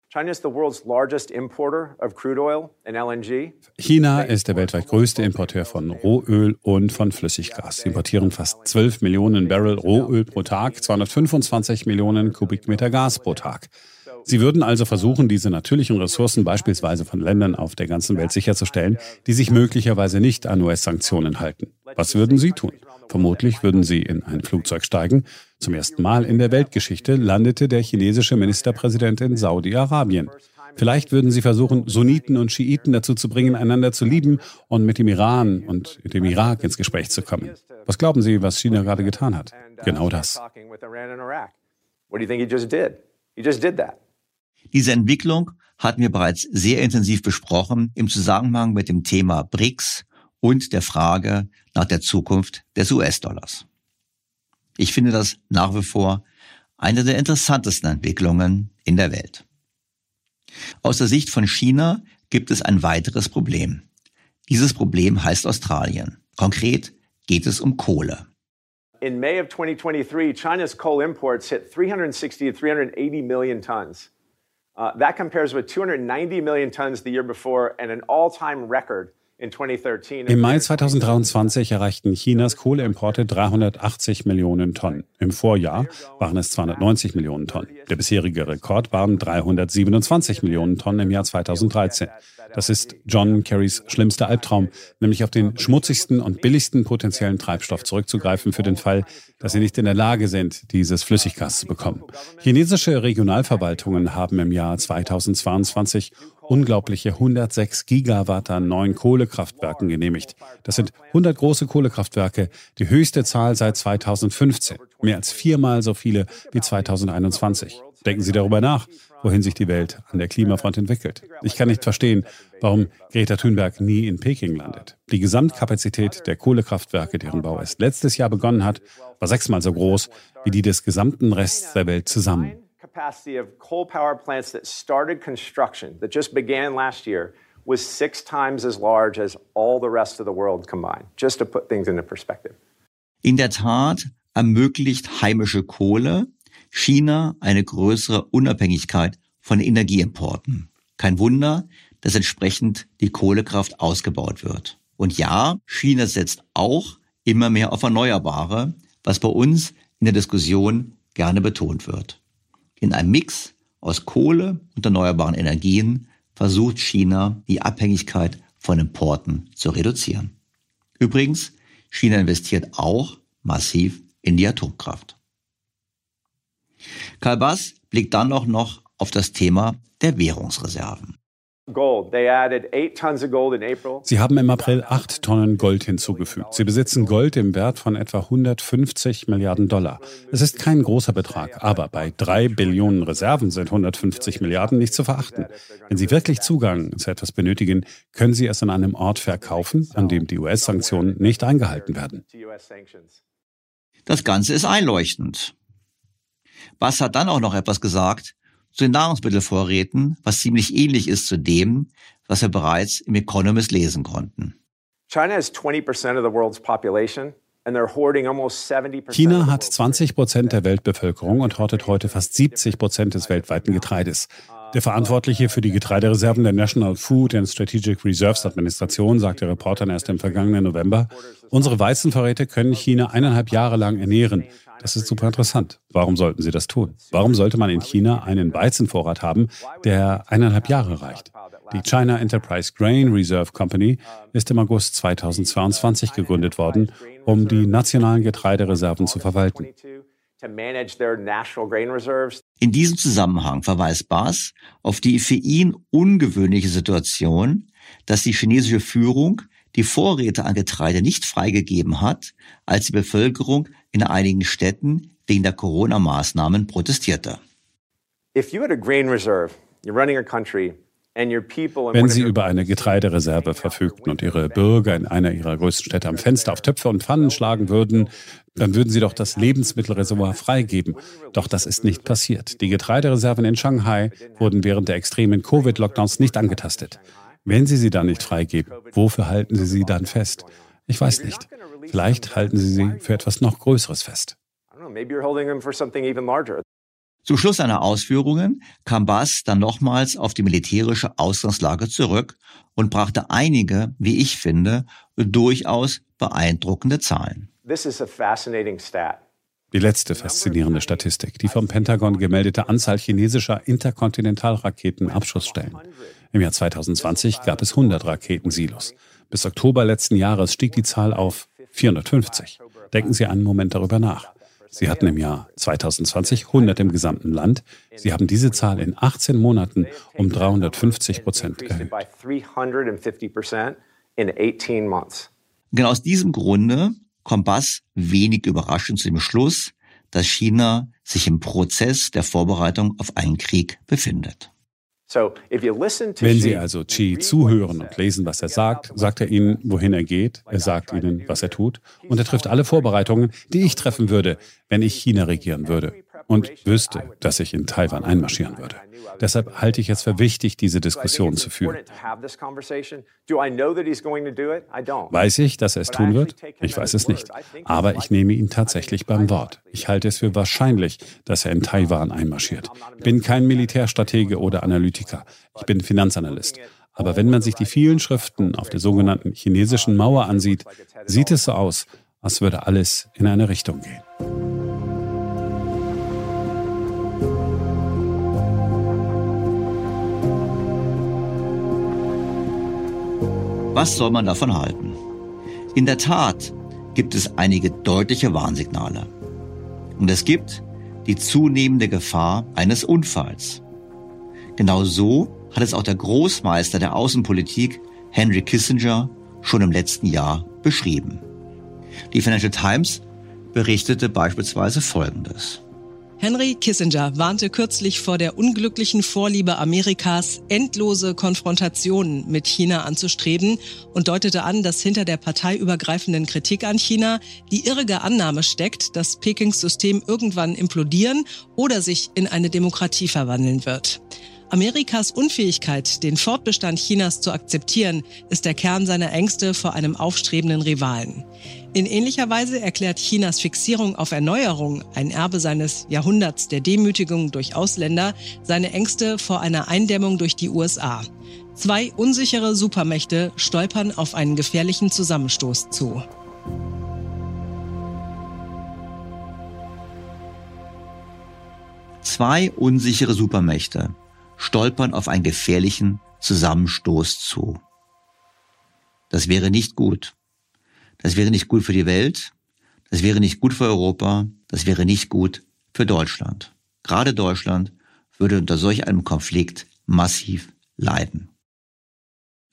China ist der weltweit größte Importeur von Rohöl und von Flüssiggas. Sie importieren fast 12 Millionen Barrel Rohöl pro Tag, 225 Millionen Kubikmeter Gas pro Tag. Sie würden also versuchen, diese natürlichen Ressourcen beispielsweise von Ländern auf der ganzen Welt sicherzustellen, die sich möglicherweise nicht an US-Sanktionen halten. Was würden Sie tun? Vermutlich würden Sie in ein Flugzeug steigen. Zum ersten Mal in der Weltgeschichte landete der chinesische Ministerpräsident in Saudi-Arabien. Vielleicht würden Sie versuchen, Sunniten und Schiiten dazu zu bringen, einander zu lieben und mit dem Iran und dem Irak ins Gespräch zu kommen. Was glauben Sie, was China gerade getan hat? Genau das.
Diese Entwicklung hatten wir bereits sehr intensiv besprochen im Zusammenhang mit dem Thema BRICS und der Frage nach der Zukunft des US-Dollars. Ich finde das nach wie vor eine der interessantesten Entwicklungen in der Welt. Aus der Sicht von China gibt es ein weiteres Problem. Dieses Problem heißt Australien. Konkret geht es um Kohle.
In May of 2023, China's coal imports hit 360 to 380 million tons. That compares with 290 million tons the year before and an all-time record in 2013.
Im Mai 2023 erreichten Chinas Kohleimporte 380 Millionen Tonnen. Im Vorjahr waren es 290 Millionen Tonnen. Der bisherige Rekord waren 327 Millionen Tonnen im Jahr 2013. Das ist John Kerrys schlimmster Albtraum, nämlich auf den schmutzigsten und billigsten potenziellen Treibstoff zurückzugreifen für den Fall, dass sie nicht in der Lage sind, dieses Flüssiggas zu bekommen. Chinesische Regionalverwaltungen haben im Jahr 2022 unglaubliche 106 Gigawatt an neuen Kohlekraftwerken genehmigt. Das sind 100 große Kohlekraftwerke, die höchste Zahl seit 2015. Mehr als 4-mal so viele wie 2021. Denken Sie darüber nach, wohin sich die Welt an der Klimafront entwickelt. Ich kann nicht verstehen, warum Greta Thunberg nie in Peking landet. Die Gesamtkapazität der Kohlekraftwerke, deren Bau erst letztes Jahr begonnen hat, war 6-mal so groß wie die des gesamten Rests der Welt zusammen.
Capacity of coal power plants that started construction, that just began last year, was 6 times as large as all the rest of the world combined, just to put things into perspective.
In der Tat ermöglicht heimische Kohle China eine größere Unabhängigkeit von Energieimporten. Kein Wunder, dass entsprechend die Kohlekraft ausgebaut wird. Und ja, China setzt auch immer mehr auf Erneuerbare, was bei uns in der Diskussion gerne betont wird. In einem Mix aus Kohle und erneuerbaren Energien versucht China, die Abhängigkeit von Importen zu reduzieren. Übrigens, China investiert auch massiv in die Atomkraft. Karl Bass blickt dann auch noch auf das Thema der Währungsreserven.
Sie haben im April 8 Tonnen Gold hinzugefügt. Sie besitzen Gold im Wert von etwa 150 Milliarden $. Es ist kein großer Betrag, aber bei 3 Billionen Reserven sind 150 Milliarden nicht zu verachten. Wenn Sie wirklich Zugang zu etwas benötigen, können Sie es an einem Ort verkaufen, an dem die US-Sanktionen nicht eingehalten werden.
Das Ganze ist einleuchtend. Bass hat dann auch noch etwas gesagt zu den Nahrungsmittelvorräten, was ziemlich ähnlich ist zu dem, was wir bereits im Economist lesen konnten.
China has 20% of the world's population.
China hat 20% der Weltbevölkerung und hortet heute fast 70% des weltweiten Getreides. Der Verantwortliche für die Getreidereserven der National Food and Strategic Reserves Administration sagte Reportern erst im vergangenen November, unsere Weizenvorräte können China 1,5 Jahre lang ernähren. Das ist super interessant. Warum sollten sie das tun? Warum sollte man in China einen Weizenvorrat haben, der 1,5 Jahre reicht? Die China Enterprise Grain Reserve Company ist im August 2022 gegründet worden, um die nationalen Getreidereserven zu verwalten.
In diesem Zusammenhang verweist Bass auf die für ihn ungewöhnliche Situation, dass die chinesische Führung die Vorräte an Getreide nicht freigegeben hat, als die Bevölkerung in einigen Städten wegen der Corona-Maßnahmen protestierte.
Wenn Sie über eine Getreidereserve verfügten und Ihre Bürger in einer Ihrer größten Städte am Fenster auf Töpfe und Pfannen schlagen würden, dann würden Sie doch das Lebensmittelreservoir freigeben. Doch das ist nicht passiert. Die Getreidereserven in Shanghai wurden während der extremen Covid-Lockdowns nicht angetastet. Wenn Sie sie dann nicht freigeben, wofür halten Sie sie dann fest? Ich weiß nicht. Vielleicht halten Sie sie für etwas noch Größeres fest.
Zum Schluss seiner Ausführungen kam Bass dann nochmals auf die militärische Ausgangslage zurück und brachte einige, wie ich finde, durchaus beeindruckende Zahlen.
Die letzte faszinierende Statistik, die vom Pentagon gemeldete Anzahl chinesischer Interkontinentalraketen-Abschussstellen. Im Jahr 2020 gab es 100 Raketensilos. Bis Oktober letzten Jahres stieg die Zahl auf 450. Denken Sie einen Moment darüber nach. Sie hatten im Jahr 2020 100 im gesamten Land. Sie haben diese Zahl in 18 Monaten um 350% erhöht.
Genau aus diesem Grunde kommt Bass wenig überraschend zu dem Schluss, dass China sich im Prozess der Vorbereitung auf einen Krieg befindet.
Wenn Sie also Xi zuhören und lesen, was er sagt, sagt er Ihnen, wohin er geht, er sagt Ihnen, was er tut und er trifft alle Vorbereitungen, die ich treffen würde, wenn ich China regieren würde und wüsste, dass ich in Taiwan einmarschieren würde. Deshalb halte ich es für wichtig, diese Diskussion zu führen. Weiß ich, dass er es tun wird? Ich weiß es nicht. Aber ich nehme ihn tatsächlich beim Wort. Ich halte es für wahrscheinlich, dass er in Taiwan einmarschiert. Ich bin kein Militärstratege oder Analytiker. Ich bin Finanzanalyst. Aber wenn man sich die vielen Schriften auf der sogenannten chinesischen Mauer ansieht, sieht es so aus, als würde alles in eine Richtung gehen.
Was soll man davon halten? In der Tat gibt es einige deutliche Warnsignale. Und es gibt die zunehmende Gefahr eines Unfalls. Genau so hat es auch der Großmeister der Außenpolitik, Henry Kissinger, schon im letzten Jahr beschrieben. Die Financial Times berichtete beispielsweise Folgendes.
Henry Kissinger warnte kürzlich vor der unglücklichen Vorliebe Amerikas, endlose Konfrontationen mit China anzustreben und deutete an, dass hinter der parteiübergreifenden Kritik an China die irrige Annahme steckt, dass Pekings System irgendwann implodieren oder sich in eine Demokratie verwandeln wird. Amerikas Unfähigkeit, den Fortbestand Chinas zu akzeptieren, ist der Kern seiner Ängste vor einem aufstrebenden Rivalen. In ähnlicher Weise erklärt Chinas Fixierung auf Erneuerung, ein Erbe seines Jahrhunderts der Demütigung durch Ausländer, seine Ängste vor einer Eindämmung durch die USA. 2 unsichere Supermächte stolpern auf einen gefährlichen Zusammenstoß zu.
Zwei unsichere Supermächte stolpern auf einen gefährlichen Zusammenstoß zu. Das wäre nicht gut. Das wäre nicht gut für die Welt, das wäre nicht gut für Europa, das wäre nicht gut für Deutschland. Gerade Deutschland würde unter solch einem Konflikt massiv leiden.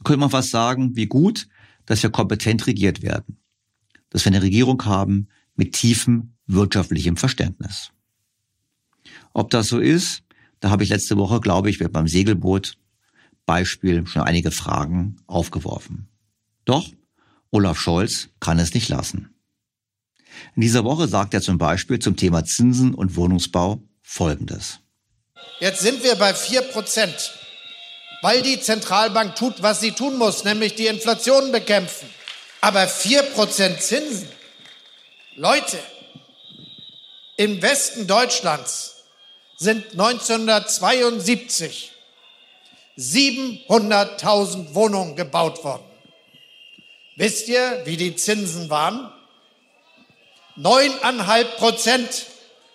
könnte man fast sagen, wie gut, dass wir kompetent regiert werden. Dass wir eine Regierung haben mit tiefem wirtschaftlichem Verständnis. Ob das so ist, da habe ich letzte Woche, glaube ich, beim Segelboot Beispiel schon einige Fragen aufgeworfen. Doch Olaf Scholz kann es nicht lassen. In dieser Woche sagt er zum Beispiel zum Thema Zinsen und Wohnungsbau Folgendes.
Jetzt sind wir bei 4%, weil die Zentralbank tut, was sie tun muss, nämlich die Inflation bekämpfen. Aber 4% Zinsen? Leute, im Westen Deutschlands sind 1972 700.000 Wohnungen gebaut worden. Wisst ihr, wie die Zinsen waren? 9,5%.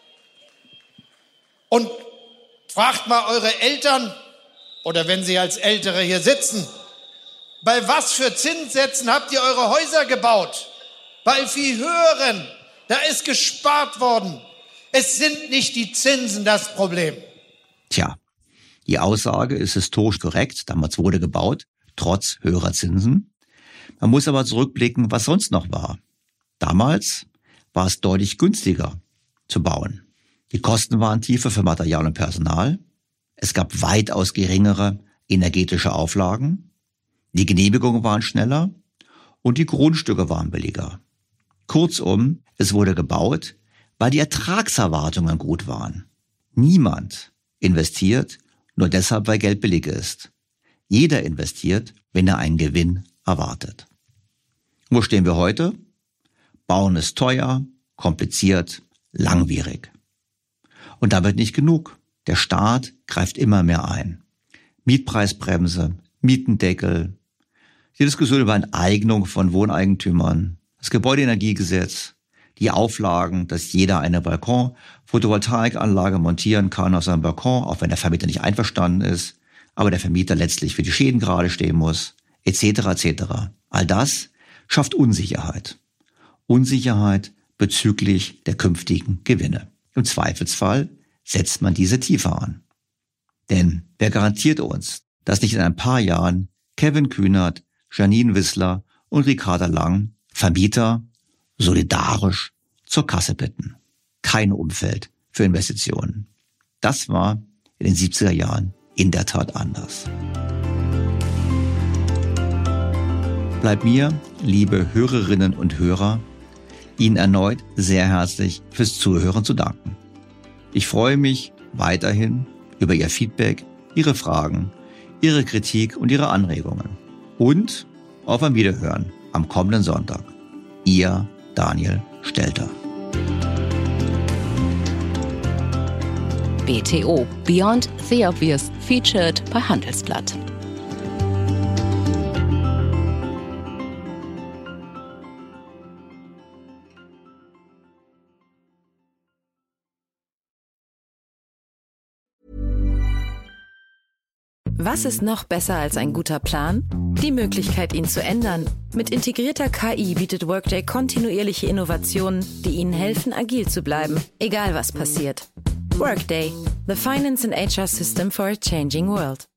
Und fragt mal eure Eltern, oder wenn sie als Ältere hier sitzen, bei was für Zinssätzen habt ihr eure Häuser gebaut? Bei viel höheren. Da ist gespart worden. Es sind nicht die Zinsen das Problem.
Tja, die Aussage ist historisch korrekt. Damals wurde gebaut, trotz höherer Zinsen. Man muss aber zurückblicken, was sonst noch war. Damals war es deutlich günstiger zu bauen. Die Kosten waren tiefer für Material und Personal. Es gab weitaus geringere energetische Auflagen. Die Genehmigungen waren schneller und die Grundstücke waren billiger. Kurzum, es wurde gebaut, weil die Ertragserwartungen gut waren. Niemand investiert nur deshalb, weil Geld billig ist. Jeder investiert, wenn er einen Gewinn erwartet. Wo stehen wir heute? Bauen ist teuer, kompliziert, langwierig. Und damit nicht genug. Der Staat greift immer mehr ein. Mietpreisbremse, Mietendeckel, die Diskussion über Enteignung von Wohneigentümern, das Gebäudeenergiegesetz, die Auflagen, dass jeder eine Balkon-Photovoltaikanlage montieren kann auf seinem Balkon, auch wenn der Vermieter nicht einverstanden ist, aber der Vermieter letztlich für die Schäden gerade stehen muss, etc. etc. All das schafft Unsicherheit. Unsicherheit bezüglich der künftigen Gewinne. Im Zweifelsfall setzt man diese tiefer an. Denn wer garantiert uns, dass nicht in ein paar Jahren Kevin Kühnert, Janine Wissler und Ricarda Lang Vermieter solidarisch zur Kasse bitten? Kein Umfeld für Investitionen. Das war in den 70er Jahren in der Tat anders. Bleibt mir, liebe Hörerinnen und Hörer, Ihnen erneut sehr herzlich fürs Zuhören zu danken. Ich freue mich weiterhin über Ihr Feedback, Ihre Fragen, Ihre Kritik und Ihre Anregungen. Und auf ein Wiederhören am kommenden Sonntag. Ihr Daniel Stelter.
BTO Beyond the Obvious featured bei Handelsblatt.
Was ist noch besser als ein guter Plan? Die Möglichkeit, ihn zu ändern. Mit integrierter KI bietet Workday kontinuierliche Innovationen, die Ihnen helfen, agil zu bleiben, egal was passiert. Workday, the finance and HR system for a changing world.